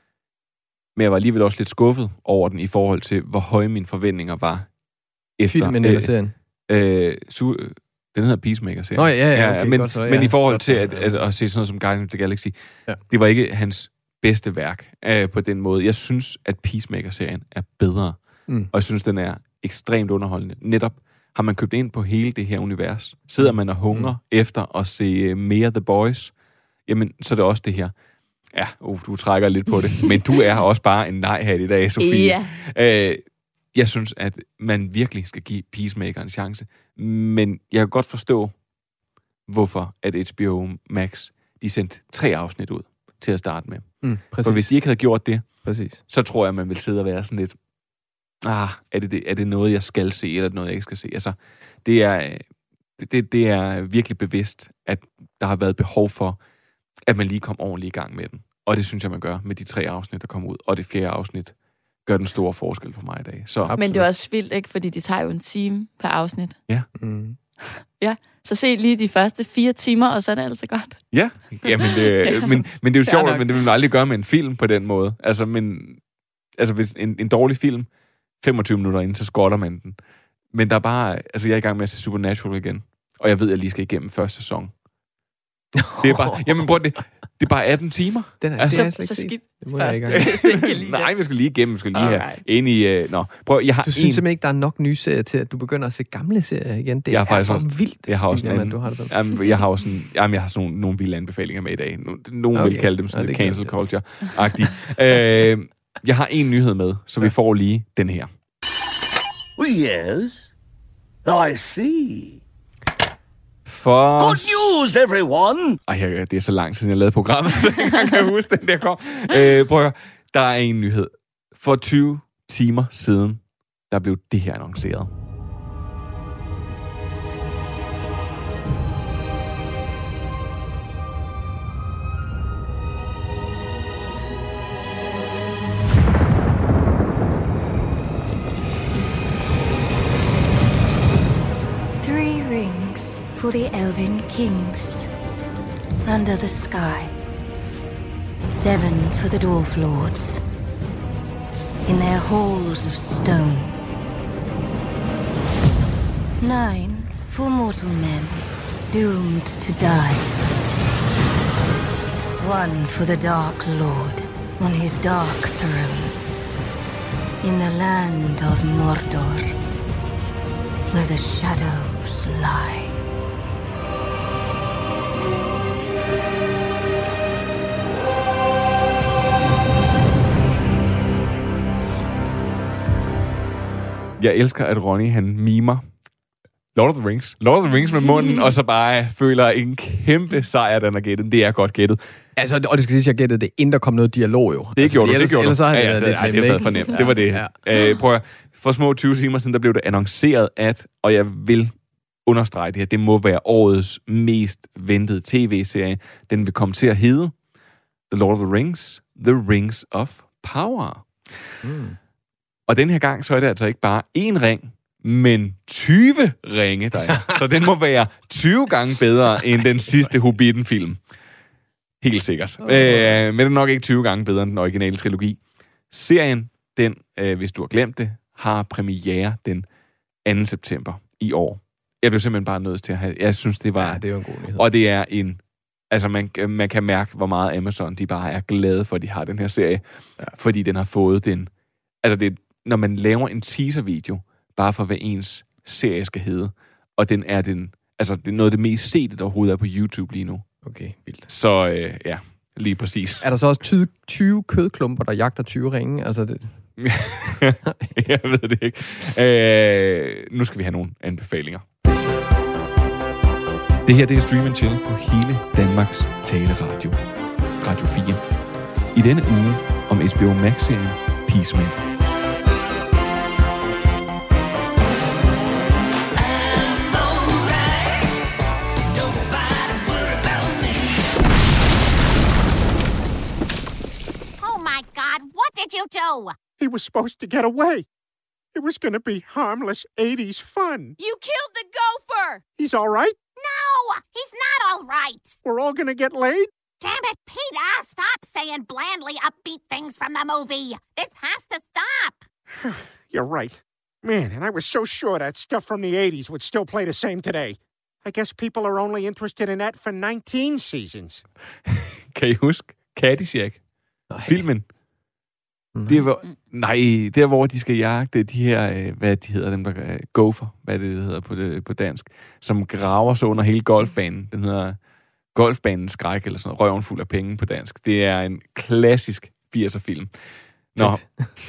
men jeg var alligevel også lidt skuffet over den i forhold til, hvor høje mine forventninger var efter... Filmen eller serien? Øh, su- den hedder Peacemaker-serien. Nå, ja, ja, okay, men, godt så, ja. men i forhold godt, til at, ja. at, at se sådan noget som Guardians of the Galaxy, ja. det var ikke hans bedste værk øh, på den måde. Jeg synes, at Peacemaker-serien er bedre, mm. og jeg synes, den er ekstremt underholdende. Netop har man købt ind på hele det her univers. Sidder man og hunger mm. efter at se mere The Boys, jamen, så er det også det her. Ja, uh, du trækker lidt på det, men du er også bare en nej-hat i dag, Sofie. Ja. Øh, jeg synes, at man virkelig skal give Peacemaker en chance, men jeg kan godt forstå, hvorfor at H B O Max, de sendte tre afsnit ud til at starte med. Mm, For hvis de ikke havde gjort det, præcis. så tror jeg, at man vil sidde og være sådan lidt, ah, er det, det, er det noget, jeg skal se, eller er det noget, jeg ikke skal se? Altså, det er, det, det er virkelig bevidst, at der har været behov for, at man lige kom ordentligt i gang med den. Og det synes jeg, man gør med de tre afsnit, der kommer ud. Og det fjerde afsnit gør den store forskel for mig i dag. Så, Men det er også vildt, ikke? Fordi de tager jo en time per afsnit. Ja. Mm. Ja, så se lige de første fire timer, og så er det altså godt. Ja, Jamen, det, men, men det er jo sjovt, men det vil man aldrig gøre med en film på den måde. Altså, men, altså hvis en, en dårlig film, femogtyve minutter inden, så skotter man den. Men der er bare, altså jeg er i gang med at se Supernatural igen, og jeg ved, at jeg lige skal igennem første sæson. Det er bare, jamen bror, det, det er bare atten timer. Den er, altså, det så så skib først, hvis du ikke kan lide Nej, vi skal lige igennem, vi skal lige Alright. have ind i... Uh, nå. Prøv, jeg har du synes en... simpelthen ikke, der er nok nye serier til, at du begynder at se gamle serier igen? Det jeg er faktisk for også, vildt. Jeg har også jamen, en, du har det sådan. Jamen, jeg har også sådan, jamen, jeg har sådan nogle, nogle vilde anbefalinger med i dag. Nogen Okay. vil kalde dem sådan Ja, lidt det cancel kan jeg culture-agtige. uh, jeg har en nyhed med, så vi får lige den her. Yes, I see. For... Good news, everyone! Ej, det er så langt siden, jeg lavede programmet, så jeg ikke kan huske, den der kom. Øh, prøv at høre. Der er en nyhed. For tyve timer siden, der blev det her annonceret. Three rings for the Elven Kings under the sky. Seven for the Dwarf Lords in their halls of stone. Nine for mortal men doomed to die. One for the Dark Lord on his dark throne in the land of Mordor, where the shadows lie. Jeg elsker, at Ronny, han mimer Lord of the Rings. Lord of the Rings med munden, og så bare føler en kæmpe sejr, den har gættet. Det er godt gættet. Altså, og det skal sige, at jeg gættede det, inden der kom noget dialog jo. Det altså, gjorde du, ellers, det gjorde ellers, du. Ellers så havde ja, det ja, været det, lidt det, det var for nemt. Det var det. Ja. Øh, prøv at, for små tyve timer siden, der blev det annonceret, at, og jeg vil understrege det her, det må være årets mest ventede tv-serie. Den vil komme til at hedde The Lord of the Rings, The Rings of Power. Mm. Og den her gang, så er det altså ikke bare én ring, men tyve ringe, der er. Så den må være tyve gange bedre end den sidste Hobbiten-film. Helt sikkert. Oh. Øh, men den er nok ikke tyve gange bedre end den originale trilogi. Serien, den, øh, hvis du har glemt det, har premiere den anden september i år. Jeg blev simpelthen bare nødt til at have... Jeg synes, det var... Ja, det er jo en god nyhed. Og det er en... Altså, man, man kan mærke, hvor meget Amazon, de bare er glade for, at de har den her serie. Ja. Fordi den har fået den... Altså, det, når man laver en teaser-video, bare for hvad ens serie skal hedde, og den er den... Altså, det er noget af det mest sete, der overhovedet er på YouTube lige nu. Okay, vildt. Så øh, ja, lige præcis. Er der så også tyve kødklumper, der jagter tyve ringe? Altså, det... Jeg ved det ikke. Øh, nu skal vi have nogle anbefalinger. Det her, det er Stream and Chill på hele Danmarks taleradio. Radio fire. i denne uge om H B O Max-serien Peacemaker. Oh my God, what did you do? He was supposed to get away. It was gonna be harmless eighties fun. You killed the gopher! He's all right? No, he's not all right. We're all gonna get laid? Damn it, Peter, stop saying blandly upbeat things from the movie. This has to stop. You're right. Man, and I was so sure that stuff from the eighties would still play the same today. I guess people are only interested in that for nineteen seasons. Kan I huske Caddyshack? Filmen. Det er, hvor, nej, det er, hvor de skal jagte de her, hvad de hedder, dem der er gopher, hvad det hedder på, det, på dansk, som graver sig under hele golfbanen. Den hedder Golfbanens skræk, eller sådan noget, røven fuld af penge på dansk. Det er en klassisk firser-film. Nå, øh,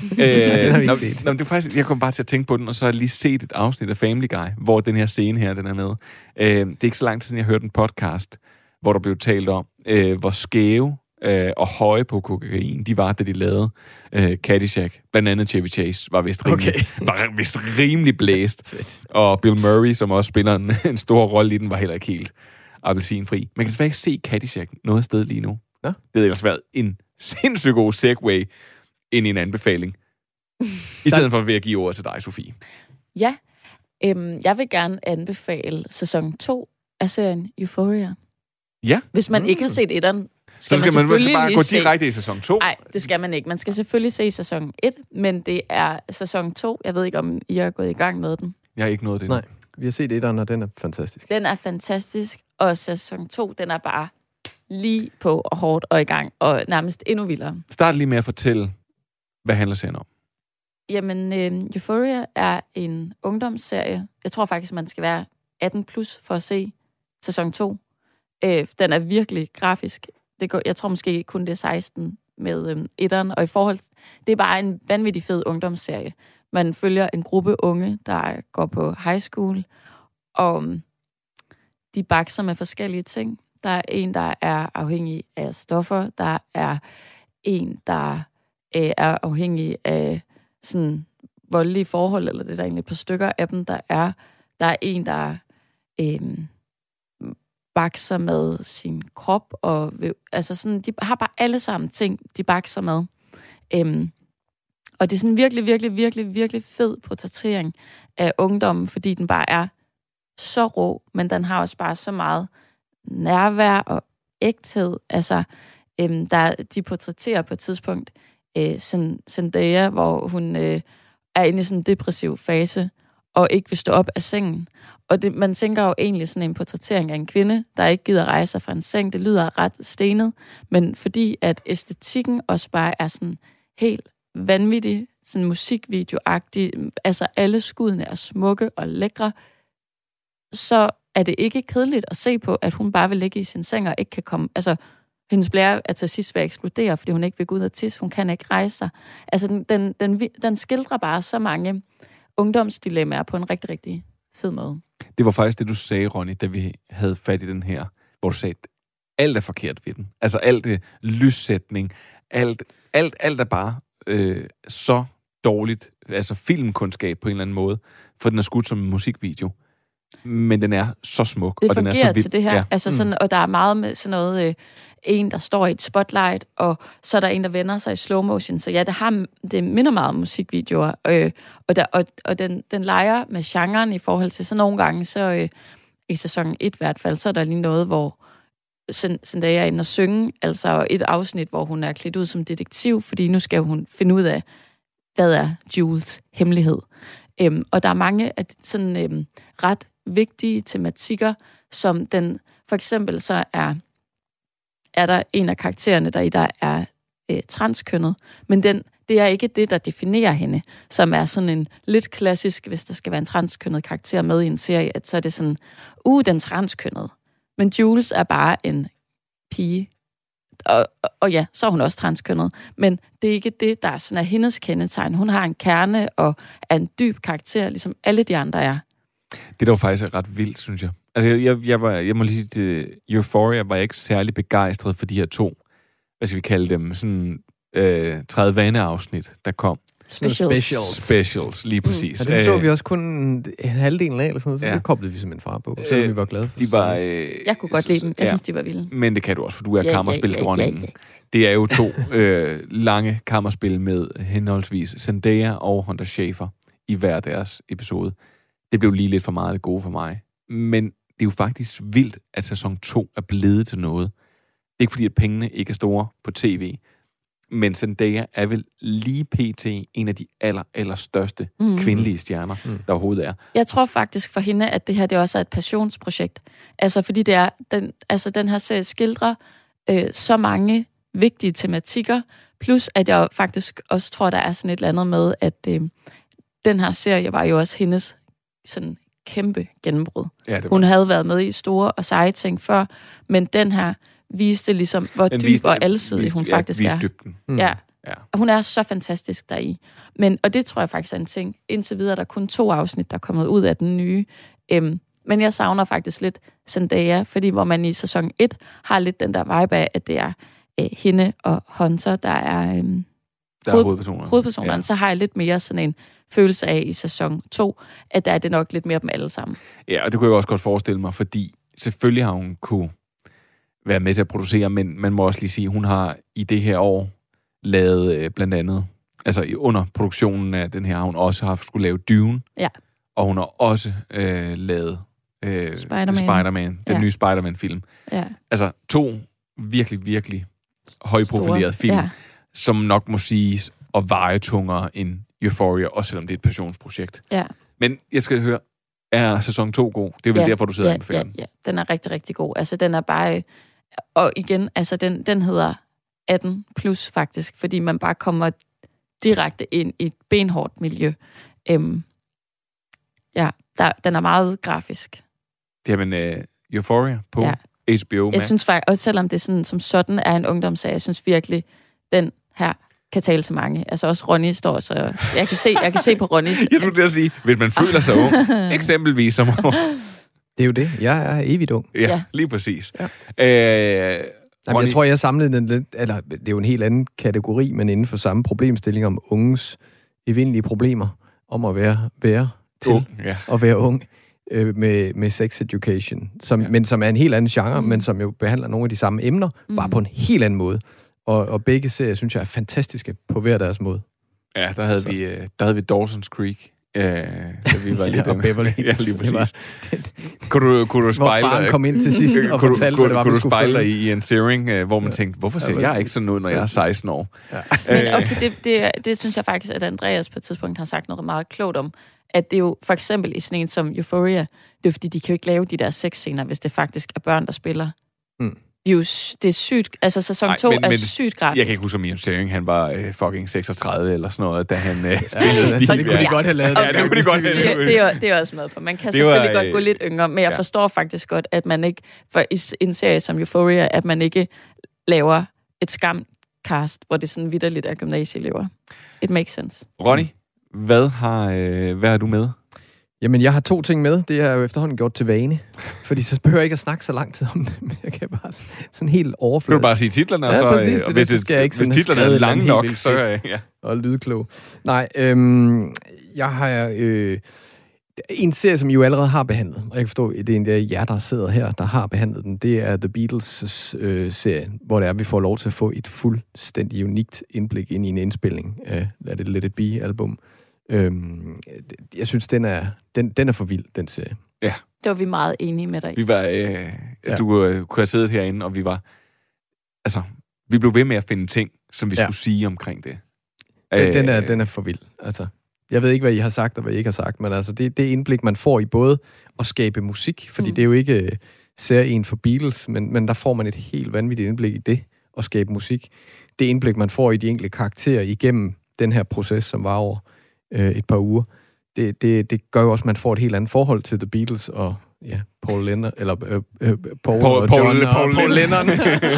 nå, nå, det er faktisk, jeg kom bare til at tænke på den, og så har jeg lige set et afsnit af Family Guy, hvor den her scene her, den er med. Øh, det er ikke så lang tid siden, jeg hørte en podcast, hvor der blev talt om, øh, hvor skæve øh, og høje på kokain de var, da de lavede øh, Caddyshack. Blandt andet Chevy Chase var vist rimelig, okay. var vist rimelig blæst. Og Bill Murray, som også spiller en, en stor rolle i den, var heller ikke helt appelsinfri. Man kan desværre ikke se Caddyshack noget sted lige nu. Ja. Det havde ellers været en sindssygt god segue ind i en anbefaling. I stedet for ved at give ordet til dig, Sofie. Ja, øhm, jeg vil gerne anbefale sæson to af serien Euphoria. Ja. Hvis man mm. ikke har set etteren, så skal man, man skal bare gå direkte i sæson to. Nej, det skal man ikke. Man skal selvfølgelig se sæson et, men det er sæson to. Jeg ved ikke, om I er gået i gang med den. Jeg har ikke nået det. Nej, vi har set etteren, og den er fantastisk. Den er fantastisk, og sæson to, den er bare lige på og hårdt og i gang, og nærmest endnu vildere. Start lige med at fortælle, hvad handler serien om? Jamen, øh, Euphoria er en ungdomsserie. Jeg tror faktisk, man skal være atten plus for at se sæson to. Øh, den er virkelig grafisk. Det går, jeg tror måske kun det er seksten med øh, etteren, og i forhold til, det er bare en vanvittig fed ungdomsserie. Man følger en gruppe unge, der går på high school, og øh, de bakser med forskellige ting. Der er en, der er afhængig af stoffer. Der er en, der øh, er afhængig af sådan voldelige forhold, eller det er der egentlig et par stykker af dem, der er. Der er en, der øh, bakser med sin krop, og altså sådan, de har bare alle sammen ting, de bakser med. Øhm, og det er sådan virkelig, virkelig, virkelig, virkelig fed portrættering af ungdommen, fordi den bare er så rå, men den har også bare så meget nærvær og ægthed. Altså, øhm, der, de portrætterer på et tidspunkt øh, Zendaya, hvor hun øh, er inde i sådan en depressiv fase, og ikke vil stå op af sengen. Og det, man tænker jo egentlig sådan en portrættering af en kvinde, der ikke gider rejse sig fra en seng. Det lyder ret stenet, men fordi at æstetikken også bare er sådan helt vanvittig, sådan musikvideo-agtig, altså alle skuddene er smukke og lækre, så er det ikke kedeligt at se på, at hun bare vil ligge i sin seng og ikke kan komme, altså hendes blære er til sidst ved at eksplodere, fordi hun ikke vil gå ud og tisse, hun kan ikke rejse sig. Altså den, den, den, den skildrer bare så mange ungdomsdilemmaer på en rigtig, rigtig fed måde. Det var faktisk det, du sagde, Ronny, da vi havde fat i den her, hvor du sagde, at alt er forkert ved den. Altså alt er lyssætning, alt, alt, alt er bare øh, så dårligt, altså filmkundskab på en eller anden måde, for den er skudt som en musikvideo. Men den er så smuk. Det og den er så vild. Til det her. Ja. Altså sådan, mm. Og der er meget med sådan noget, øh, en, der står i et spotlight, og så er der en, der vender sig i slow motion. Så ja, det, har, det minder meget om musikvideoer. Øh, og der, og, og den, den leger med genren i forhold til, så nogle gange, så øh, i sæson et i hvert fald, så er der lige noget, hvor Zendaya er inde og synge, altså et afsnit, hvor hun er klædt ud som detektiv, fordi nu skal hun finde ud af, hvad er Jules hemmelighed. Øhm, og der er mange af sådan øhm, ret vigtige tematikker, som den, for eksempel så er, er der en af karaktererne, der i der er øh, transkønnet, men den, det er ikke det, der definerer hende, som er sådan en lidt klassisk, hvis der skal være en transkønnet karakter med i en serie, at så er det sådan, uh, den transkønnet. Men Jules er bare en pige, og, og, og ja, så er hun også transkønnet, men det er ikke det, der er sådan er hendes kendetegn. Hun har en kerne og er en dyb karakter, ligesom alle de andre er. Det der var faktisk ret vildt, synes jeg. Altså, jeg, jeg, jeg, var, jeg må lige sige, til Euphoria var jeg ikke særlig begejstret for de her to, hvad skal vi kalde dem, sådan øh, tredive vane-afsnit, der kom. Specials. Specials. Specials, lige præcis. Mm. Og dem så vi også kun en halvdelen af, eller sådan noget, så ja. det koblede vi simpelthen fra på, selvom øh, vi var glade for. De var, øh, jeg kunne godt lide dem. Jeg ja. synes, de var vilde. Men det kan du også, for du er ja, kammerspilsdronningen. Ja, ja, ja, ja. Det er jo to øh, lange kammerspil med henholdsvis Zendaya og Hunter Schafer i hver deres episode. Det blev lige lidt for meget det gode for mig. Men det er jo faktisk vildt, at sæson to er blevet til noget. Det er ikke fordi, at pengene ikke er store på tv, men Zendaya er vel lige pt. En af de aller, aller største mm. kvindelige stjerner, mm. der overhovedet er. Jeg tror faktisk for hende, at det her det også er et passionsprojekt. Altså fordi det er, den, altså den her serie skildrer øh, så mange vigtige tematikker, plus at jeg faktisk også tror, der er sådan et eller andet med, at øh, den her serie var jo også hendes sådan kæmpe gennembrud. Ja, Hun havde været med i store og seje ting før, men den her viste ligesom, hvor den dyb viste, og alsidig viste, hun faktisk ja, er. Mm. Ja. ja. Hun er så fantastisk deri. Men, og det tror jeg faktisk er en ting. Indtil videre der er kun to afsnit, der er kommet ud af den nye. Øhm, men jeg savner faktisk lidt Zendaya, fordi hvor man i sæson et har lidt den der vibe af, at det er øh, hende og Hunter, der er, øhm, der er hoved, hovedpersonerne. hovedpersonerne. Ja. Så har jeg lidt mere sådan en følelse af i sæson to, at der er det nok lidt mere dem alle sammen. Ja, og det kunne jeg også godt forestille mig, fordi selvfølgelig har hun kunne være med til at producere, men man må også lige sige, hun har i det her år lavet øh, blandt andet, altså under produktionen af den her, har hun også haft skulle lave Dune, ja. og hun har også øh, lavet øh, Spider-Man, Spider-Man den ja. nye Spider-Man-film. Ja. Altså to virkelig, virkelig højprofilerede film, ja. som nok må siges at veje tungere end Euphoria, også selvom det er et passionsprojekt. Ja. Men jeg skal høre, er sæson to god? Det er vel ja. derfor, du sidder ja, og anbefaler den. Ja, ja, den er rigtig, rigtig god. Altså, den er bare... Og igen, altså, den, den hedder atten plus faktisk, fordi man bare kommer direkte ind i et benhårdt miljø. Øhm, ja, der, den er meget grafisk. Jamen, uh, Euphoria på ja. H B O Max. Jeg synes faktisk, og selvom det sådan, som sådan er en ungdomsserie, jeg synes virkelig, den her kan tale til mange. Altså også Ronny står, så jeg kan se, jeg kan se på Ronny. Jeg skulle til at sige, hvis man føler sig ung, eksempelvis som det er jo det. Jeg er evigt ung. Ja, ja. Lige præcis. Ja. Øh, Jamen, jeg tror, jeg samlede den lidt, eller det er jo en helt anden kategori, men inden for samme problemstilling om unges evindelige problemer om at være, være til ung, ja. at være ung øh, med, med sex education, som, ja. men som er en helt anden genre, mm. men som jo behandler nogle af de samme emner, mm. bare på en helt anden måde. Og, og begge serier, synes jeg, er fantastiske på hver deres måde. Ja, der havde, vi, der havde vi Dawson's Creek. Ja, da vi var lidt... ja, og Beverly Hills. Ja, lige præcis. Var... kunne du, kunne du spejle... Hvor faren kom ind til sidst og kunne fortalte, du, hvad det var, kunne vi du skulle spejle følge. dig i en Searing, hvor man ja. tænkte, hvorfor ser ja, jeg ikke sådan ud, når jeg er seksten år? Ja. Men okay, det, det, det synes jeg faktisk, at Andreas på et tidspunkt har sagt noget meget klogt om, at det er jo for eksempel i sådan en som Euphoria, det er fordi, de kan jo ikke lave de der sexscener, hvis det faktisk er børn, der spiller. Mm. Det er jo det er sygt. Altså, sæson to er men, sygt grafisk. Jeg kan ikke huske, om Ian Searing, han var øh, fucking seksogtredive eller sådan noget, da han øh, spillede ja, Steve. Så det kunne de godt have lavet. Ja, det kunne de godt have lavet. Det, det, er, det er også med på. Man kan det selvfølgelig var, godt gå lidt yngre, men jeg ja. forstår faktisk godt, at man ikke, for i en serie som Euphoria, at man ikke laver et skamcast, hvor det sådan vitterligt er gymnasieelever. It makes sense. Ronny, hvad har, øh, hvad har du med? Jamen, jeg har to ting med. Det har jeg jo efterhånden gjort til vane. Fordi så behøver jeg ikke at snakke så lang tid om det, men jeg kan bare sådan helt overfladisk. Vil du bare sige titlerne? Ja, så, præcis. Det, hvis det, skal jeg ikke hvis titlerne er lange nok, så ja. Og lydklog. Nej, øhm, jeg har øh, en serie, som I jo allerede har behandlet, og jeg kan forstå, at det er en af jer, der sidder her, der har behandlet den. Det er The Beatles-serien, øh, hvor det er, at vi får lov til at få et fuldstændig unikt indblik ind i en indspilning af Let It, Let It Be-album. Øhm, jeg synes, den er, den, den er for vild, den serie. Ja. Det var vi meget enige med dig i. Vi var, øh, ja. Du øh, kunne have siddet herinde, og vi var, altså, vi blev ved med at finde ting, som vi ja. skulle sige omkring det. Den, den, er, den er for vild, altså. Jeg ved ikke, hvad I har sagt, og hvad I ikke har sagt, men altså, det, det indblik, man får i både at skabe musik, fordi mm. det er jo ikke serien for Beatles, men, men der får man et helt vanvittigt indblik i det, at skabe musik. Det indblik, man får i de enkelte karakterer igennem den her proces, som var over øh, et par uger, det, det, det gør jo også, at man får et helt andet forhold til The Beatles og ja, Paul Lennon, eller øh, øh, Paul, Paul og Paul, John Paul, og Paul, Paul Lennon.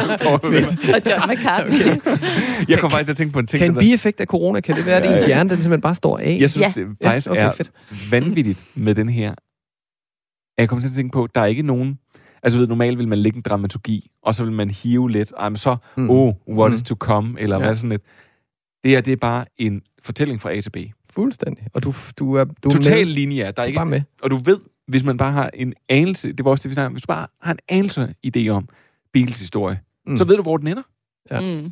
og John McCartney. Okay. Jeg kom faktisk til at tænke på en ting. Kan en bieffekt af corona, kan det være, at ens hjerne, den simpelthen bare står af? Jeg synes, ja. det faktisk ja, okay, er fedt. vanvittigt med den her. Jeg kommer til at tænke på, der er ikke nogen, Altså, ved, normalt vil man lægge en dramaturgi, og så vil man hive lidt, ah, så, Mm. oh, what Mm. is to come, eller Ja. hvad sådan lidt. Det her, det er bare en fortælling fra A til B. Fuldstændig. Og du, du er, du er Total med. linje, der er Du er ikke... bare med. Og du ved, hvis man bare har en anelse, det var også det, vi snakker om, hvis du bare har en anelse idé om Beatles historie, Mm. mm. så ved du, hvor den ender. Ja. Mm.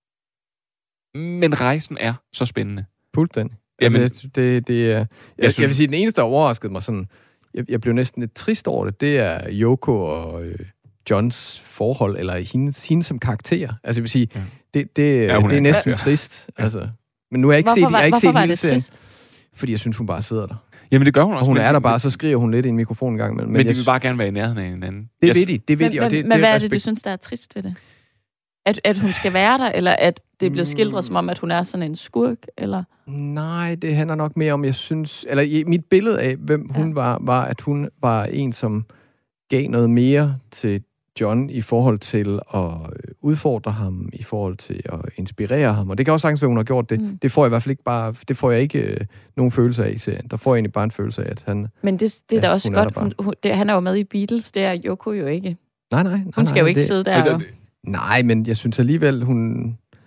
Men rejsen er så spændende. Fuldstændig. Jamen, altså, det, det, er- jeg, jeg, synes- jeg vil sige, den eneste, der overraskede mig sådan, jeg, jeg blev næsten lidt trist over det, det er Yoko og øh, Johns forhold, eller hendes, hende som karakter. Altså, jeg vil sige, Ja. det, det, Ja, hun det er er- næsten ja. trist. Altså. Men nu har jeg ikke Hvorfor set, var- jeg har ikke hvorfor set var hele det serien, trist? fordi jeg synes, hun bare sidder der. Jamen, det gør hun også. Og hun men- er der bare, så skriger hun lidt i en mikrofon en gang imellem. Men, men de jeg, vil bare gerne være i nærheden af hinanden. det Jeg- ved de, det ved Men, de, og men, det, men det hvad er det, du respekt- synes, der er trist ved det? At, at hun skal være der, eller at det bliver skildret som om, at hun er sådan en skurk, eller... Nej, det handler nok mere om, jeg synes... Eller i mit billede af, hvem hun var, var, at hun var en, som gav noget mere til John i forhold til at udfordre ham, i forhold til at inspirere ham. Og det kan også sagtens være, hun har gjort det. Mm. Det får jeg i hvert fald ikke bare... Det får jeg ikke øh, nogen følelse af i serien. Der får jeg egentlig bare en følelse af, at han... Men det, det er Ja, da også hun er godt. der Hun, hun, det, han er jo med i Beatles, det er Yoko jo ikke. Nej, nej. nej Hun skal nej, jo ikke det, sidde der og... Nej, men jeg synes alligevel, hun...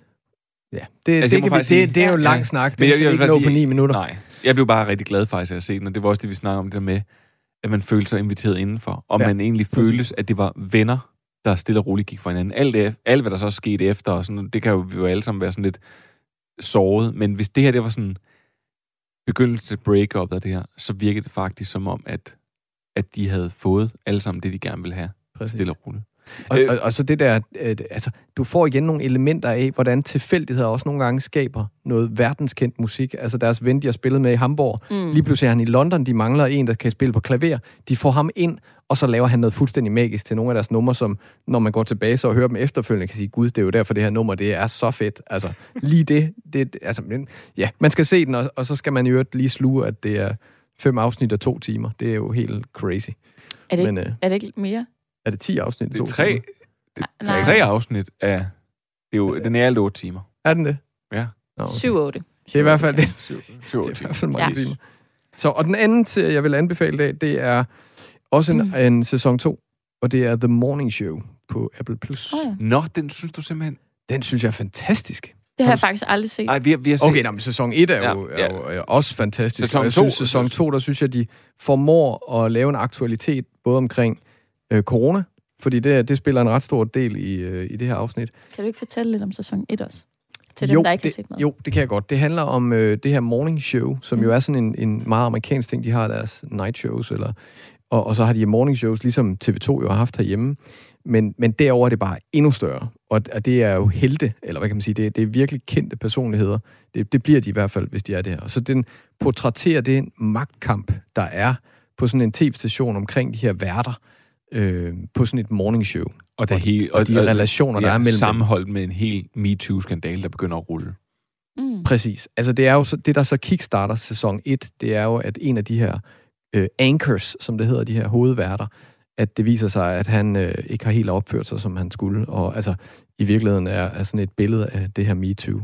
Ja, det, Altså, jeg det, må kan vi, faktisk sige- det, det er jo Ja. lang snak. Det Men jeg- kan jeg vi vil ikke faktisk nå på sige- ni minutter. Nej, jeg blev bare rigtig glad faktisk af at se den, og det var også det, vi snakkede om, det der med, at man følte sig inviteret indenfor, og Ja, man egentlig præcis. føltes, at det var venner, der stille og roligt gik for hinanden. Alt, det, alt hvad der så skete efter, og sådan, det kan jo, vi jo alle sammen være sådan lidt såret, men hvis det her, det var sådan begyndelse til break-up af det her, så virkede det faktisk som om, at, at de havde fået alle sammen det, de gerne ville have. Præcis. Stille og roligt. Og, og, og så det der, øh, altså, du får igen nogle elementer af, hvordan tilfældigheder også nogle gange skaber noget verdenskendt musik. Altså deres ven, de har spillet med i Hamburg. Mm. Lige pludselig er han i London, de mangler en, der kan spille på klaver. De får ham ind, og så laver han noget fuldstændig magisk til nogle af deres numre, som når man går tilbage så og hører dem efterfølgende, kan sige, gud, det er jo derfor det her nummer, det er så fedt. Altså lige det, det altså, men, ja, man skal se den, og, og så skal man jo lige sluge, at det er fem afsnit af to timer. Det er jo helt crazy. Er det, Men, ikke, øh, er det ikke mere? Er det ti afsnit? Det er tre, det, det er Nej. tre afsnit af... Det er jo, den er alt otte timer. Er den det? Ja. Nå, okay. syv otte. Det er i hvert fald det. Syv, syv, Det er otte i timer. hvert fald mange Ja. timer. Så, og den anden serie, jeg vil anbefale i dag, det er også en, mm. en sæson to, og det er The Morning Show på Apple Plus. Oh, ja. Nå, den synes du simpelthen... Den synes jeg er fantastisk. Det har jeg faktisk aldrig set. Ej, vi har, vi har set... Okay, nå, men sæson et er jo, Ja, er jo, er jo også fantastisk. Sæson Og jeg to, synes, sæson to, der synes jeg, de formår at lave en aktualitet, både omkring øh, corona, fordi det, det spiller en ret stor del i, øh, i det her afsnit. Kan du ikke fortælle lidt om sæson et også? Til jo, dem, der ikke det, har set noget. Jo, det kan jeg godt. Det handler om øh, det her morning show, som mm. jo er sådan en, en meget amerikansk ting. De har deres night shows, eller, og, og så har de morning shows, ligesom T V to jo har haft herhjemme. Men, men derover er det bare endnu større. Og, og det er jo helte, eller hvad kan man sige, det, det er virkelig kendte personligheder. Det, det bliver de i hvert fald, hvis de er det her. Og så den portrætterer det en magtkamp, der er på sådan en tv-station omkring de her værter, øh, på sådan et morning show. Og, der hele, og de relationer, der er mellem dem. Sammenholdt med en helt MeToo-skandale, der begynder at rulle. Mm. Præcis. Altså det er jo så, det, der så kickstarter sæson et, det er jo, at en af de her øh, anchors, som det hedder, de her hovedværter, at det viser sig, at han øh, ikke har helt opført sig, som han skulle. Og altså, i virkeligheden er, er sådan et billede af det her MeToo.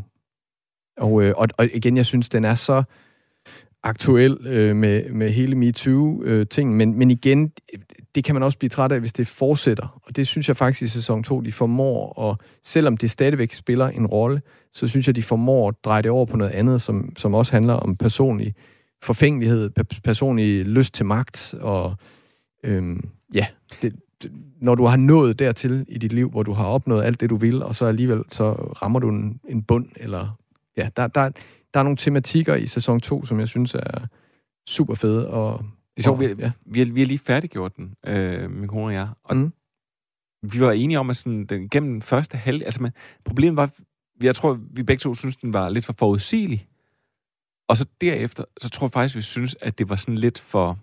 Og, øh, og, og igen, jeg synes, den er så aktuel øh, med, med hele MeToo-ting, øh, men, men igen, det kan man også blive træt af, hvis det fortsætter. Og det synes jeg faktisk i sæson to, de formår, og selvom det stadigvæk spiller en rolle, så synes jeg, de formår at dreje det over på noget andet, som, som også handler om personlig forfængelighed, personlig lyst til magt, og øhm, ja, det, det, når du har nået dertil i dit liv, hvor du har opnået alt det, du vil, og så alligevel så rammer du en, en bund, eller ja, der, der, der er nogle tematikker i sæson to, som jeg synes er super fede, og Det er sjovt, og, vi, ja. vi, har, vi har lige færdiggjort den, øh, min kone og jeg. Og mm. vi var enige om, at sådan, den, gennem den første halv... Altså, man, problemet var, jeg tror, vi begge to synes, den var lidt for forudsigelig. Og så derefter, så tror jeg faktisk, vi synes, at det var sådan lidt for...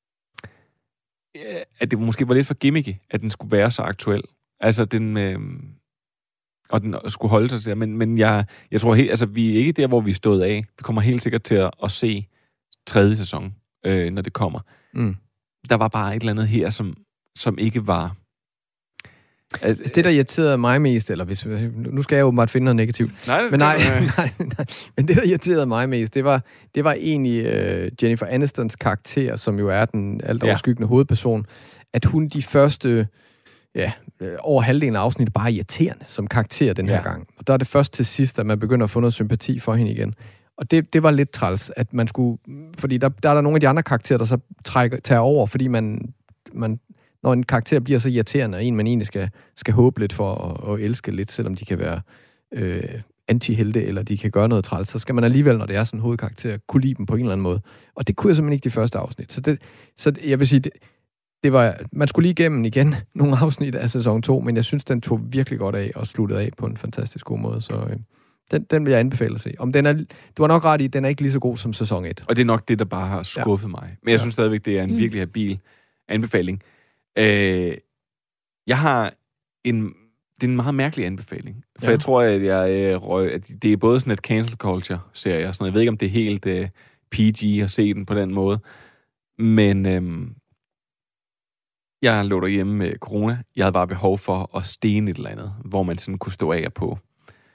At det måske var lidt for gimmicky, at den skulle være så aktuel. Altså, den... Øh, og den skulle holde sig til. Men, men jeg, jeg tror helt... Altså, vi er ikke der, hvor vi er stået af. Vi kommer helt sikkert til at, at se tredje sæson, øh, når det kommer. Mm. Der var bare et eller andet her, som, som ikke var... Altså, det, der irriterede mig mest, eller hvis, nu skal jeg åbenbart finde noget negativt. Nej, det men nej, nej, nej, nej. Men det, der irriterede mig mest, det var, det var egentlig uh, Jennifer Anistons karakter, som jo er den alt overskyggende ja. hovedperson, at hun de første, ja, over halvdelen af afsnittet bare er irriterende som karakter den her Ja. gang. Og der er det først til sidst, at man begynder at få noget sympati for hende igen. Og det, det var lidt træls, at man skulle... Fordi der, der er der nogle af de andre karakterer, der så trækker, tager over, fordi man, man... Når en karakter bliver så irriterende, og en man egentlig skal, skal håbe lidt for at, at elske lidt, selvom de kan være øh, anti-helte, eller de kan gøre noget træls, så skal man alligevel, når det er sådan en hovedkarakter, kunne lide dem på en eller anden måde. Og det kunne jeg simpelthen ikke de første afsnit. Så, det, så jeg vil sige, det, det var... Man skulle lige igennem igen nogle afsnit af sæson to, men jeg synes, den tog virkelig godt af og sluttede af på en fantastisk god måde, så... Øh, Den, den vil jeg anbefale at se. Om den er, du har nok ret i, den er ikke lige så god som sæson et. Og det er nok det, der bare har skuffet ja. mig. Men jeg synes stadigvæk, det er en virkelig habil anbefaling. Øh, jeg har en... Det er en meget mærkelig anbefaling. For ja. jeg tror, at, jeg, øh, røg, at det er både sådan et cancel culture-serie og sådan noget. Jeg ved ikke, om det er helt øh, P G at se den på den måde. Men øh, jeg lå derhjemme med corona. Jeg havde bare behov for at stene et eller andet, hvor man sådan kunne stå af og på.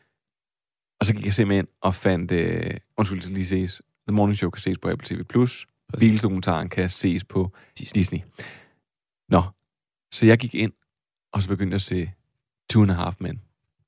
Og så gik jeg simpelthen ind og fandt... Øh, undskyld, så lige ses. The Morning Show kan ses på Apple T V plus. Beatles-dokumentaren kan ses på Disney. Disney. Nå, så jeg gik ind, og så begyndte jeg at se Two and a Half Men.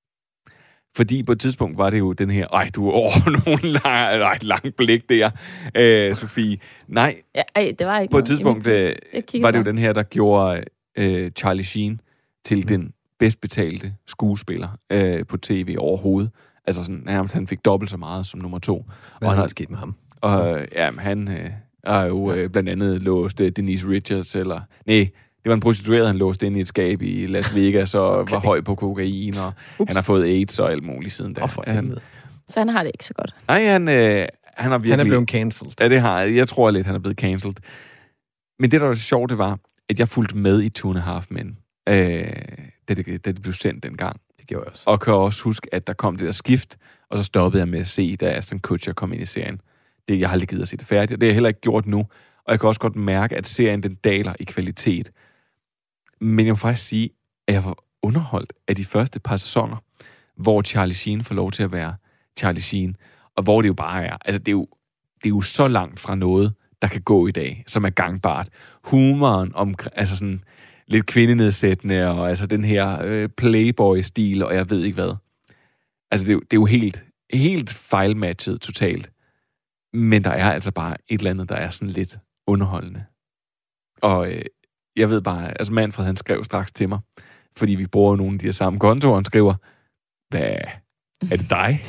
Fordi på et tidspunkt var det jo den her... Ej, du er over nogle lang, ej, lang blik der, øh, Sofie. Nej, ja, ej, det var ikke på et noget. tidspunkt øh, var det jo bare. den her, der gjorde øh, Charlie Sheen til mm. den bedst betalte skuespiller øh, på tv overhovedet. Altså sådan, nærmest han fik dobbelt så meget som nummer to. Hvad og han har sket med ham? Og ja, han øh, er jo øh, blandt andet låst øh, Denise Richards, eller... Nej, det var en prostitueret, han låste ind i et skab i Las Vegas, og okay. var høj på kokain, og Ups. han har fået AIDS og alt muligt siden da. Oh, han, så han har det ikke så godt. Nej, han, øh, han har virkelig... Han er blevet cancelled. Ja, det har jeg. Jeg tror lidt, han er blevet cancelled. Men det, der var det sjovt, det var, at jeg fulgte med i Two and a Half Men, øh, da, det, da det blev sendt dengang. Det gjorde jeg også. Og kan også huske, at der kom det der skift, og så stoppede jeg med at se, da Ashton Kutcher kom ind i serien. Det, jeg har aldrig givet at se det færdigt, og det har jeg heller ikke gjort nu. Og jeg kan også godt mærke, at serien den daler i kvalitet. Men jeg må faktisk sige, at jeg var underholdt af de første par sæsoner, hvor Charlie Sheen får lov til at være Charlie Sheen, og hvor det jo bare er, altså det er jo, det er jo så langt fra noget, der kan gå i dag, som er gangbart. Humoren om, altså sådan lidt kvindenedsættende, og altså den her øh, playboy-stil, og jeg ved ikke hvad. Altså det er jo, det er jo helt, helt fejlmatchet totalt. Men der er altså bare et eller andet, der er sådan lidt underholdende. Og øh, jeg ved bare, altså Manfred han skrev straks til mig, fordi vi bruger nogle af de her samme kontorer, han skriver, hvad, er det dig?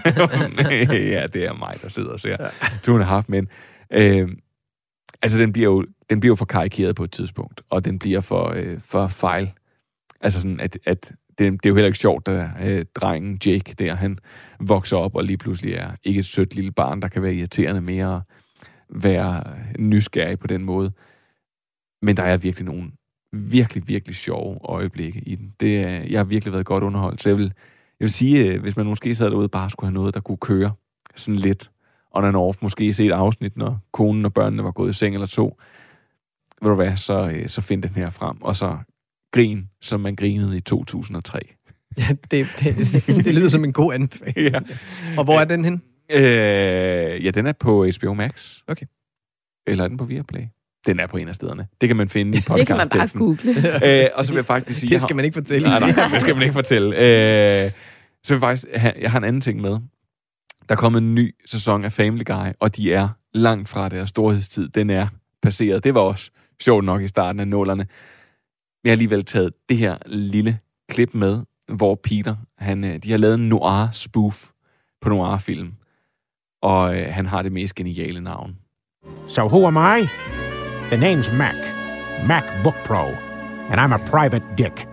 Ja, det er mig, der sidder og ser Two and a Half Men. Øh, altså den bliver, jo, den bliver jo for karikeret på et tidspunkt, og den bliver for, øh, for fejl. Altså sådan, at, at det, det er jo heller ikke sjovt, at øh, drengen Jake der, han vokser op og lige pludselig er ikke et sødt lille barn, der kan være irriterende mere, være nysgerrig på den måde. Men der er virkelig nogle virkelig, virkelig sjove øjeblikke i den. Det, jeg har virkelig været godt underholdt. Så jeg vil, jeg vil sige, hvis man måske sad derude bare skulle have noget, der kunne køre sådan lidt on and off, måske se et afsnit, når konen og børnene var gået i seng eller to, ved du hvad, så, så find den her frem. Og så grin, som man grinede i to tusind og tre. Ja, det, det, det lyder som en god anbefaling. Ja. Og hvor er den hen? Øh, ja, den er på H B O Max. Okay. Eller er den på Viaplay? Den er på en af stederne. Det kan man finde i podcast-teksten. Det kan man bare google. øh, og så vil jeg faktisk sige... Det skal man ikke fortælle. Nej, nej, det skal man ikke fortælle. Øh, så vil jeg faktisk... Jeg har en anden ting med. Der er kommet en ny sæson af Family Guy, og de er langt fra deres storhedstid. Den er passeret. Det var også sjovt nok i starten af nålerne. Men jeg har alligevel taget det her lille klip med, hvor Peter, han, de har lavet en noir-spoof på noir-film. Og øh, han har det mest geniale navn. So who am I? The name's Mac. Mac Book Pro. And I'm a private dick.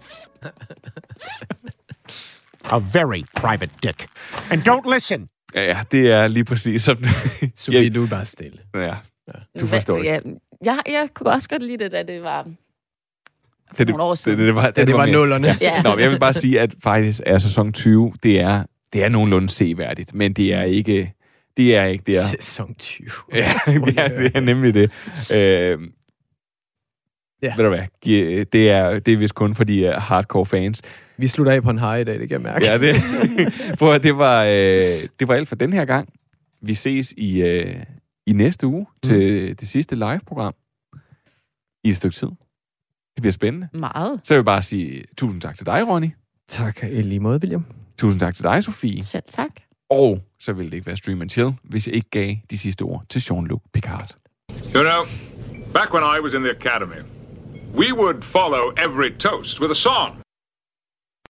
A very private dick. And don't listen. Ja, det er lige præcis sådan. Sofie, du er bare stille. Ja, du forstår det. Ja, jeg, jeg kunne også godt lide det, da det var... Det, det, år siden. det, det var, det, det, det var, var nullerne. Ja. Nå, jeg vil bare sige, at faktisk er sæson tyve, det er, det er nogenlunde seværdigt, men det er ikke, det er ikke der. Sæson tyve. Ja, det er, det er nemlig det. Øh, ja. Ved du hvad, det er, det er vist kun for de hardcore fans. Vi slutter af på en high i dag, det kan jeg mærke. Ja, det, prøv, det, var, øh, det var alt for den her gang. Vi ses i, øh, i næste uge til mm. det sidste live-program i et stykke tid. Det bliver spændende. Meget. Så vil jeg bare sige tusind tak til dig, Ronny. Tak i lige måde, William. Tusind tak til dig, Sofie. Selv tak. Og så ville det ikke være Stream and Chill, hvis jeg ikke gav de sidste ord til Jean-Luc Picard. You know, back when I was in the academy, we would follow every toast with a song.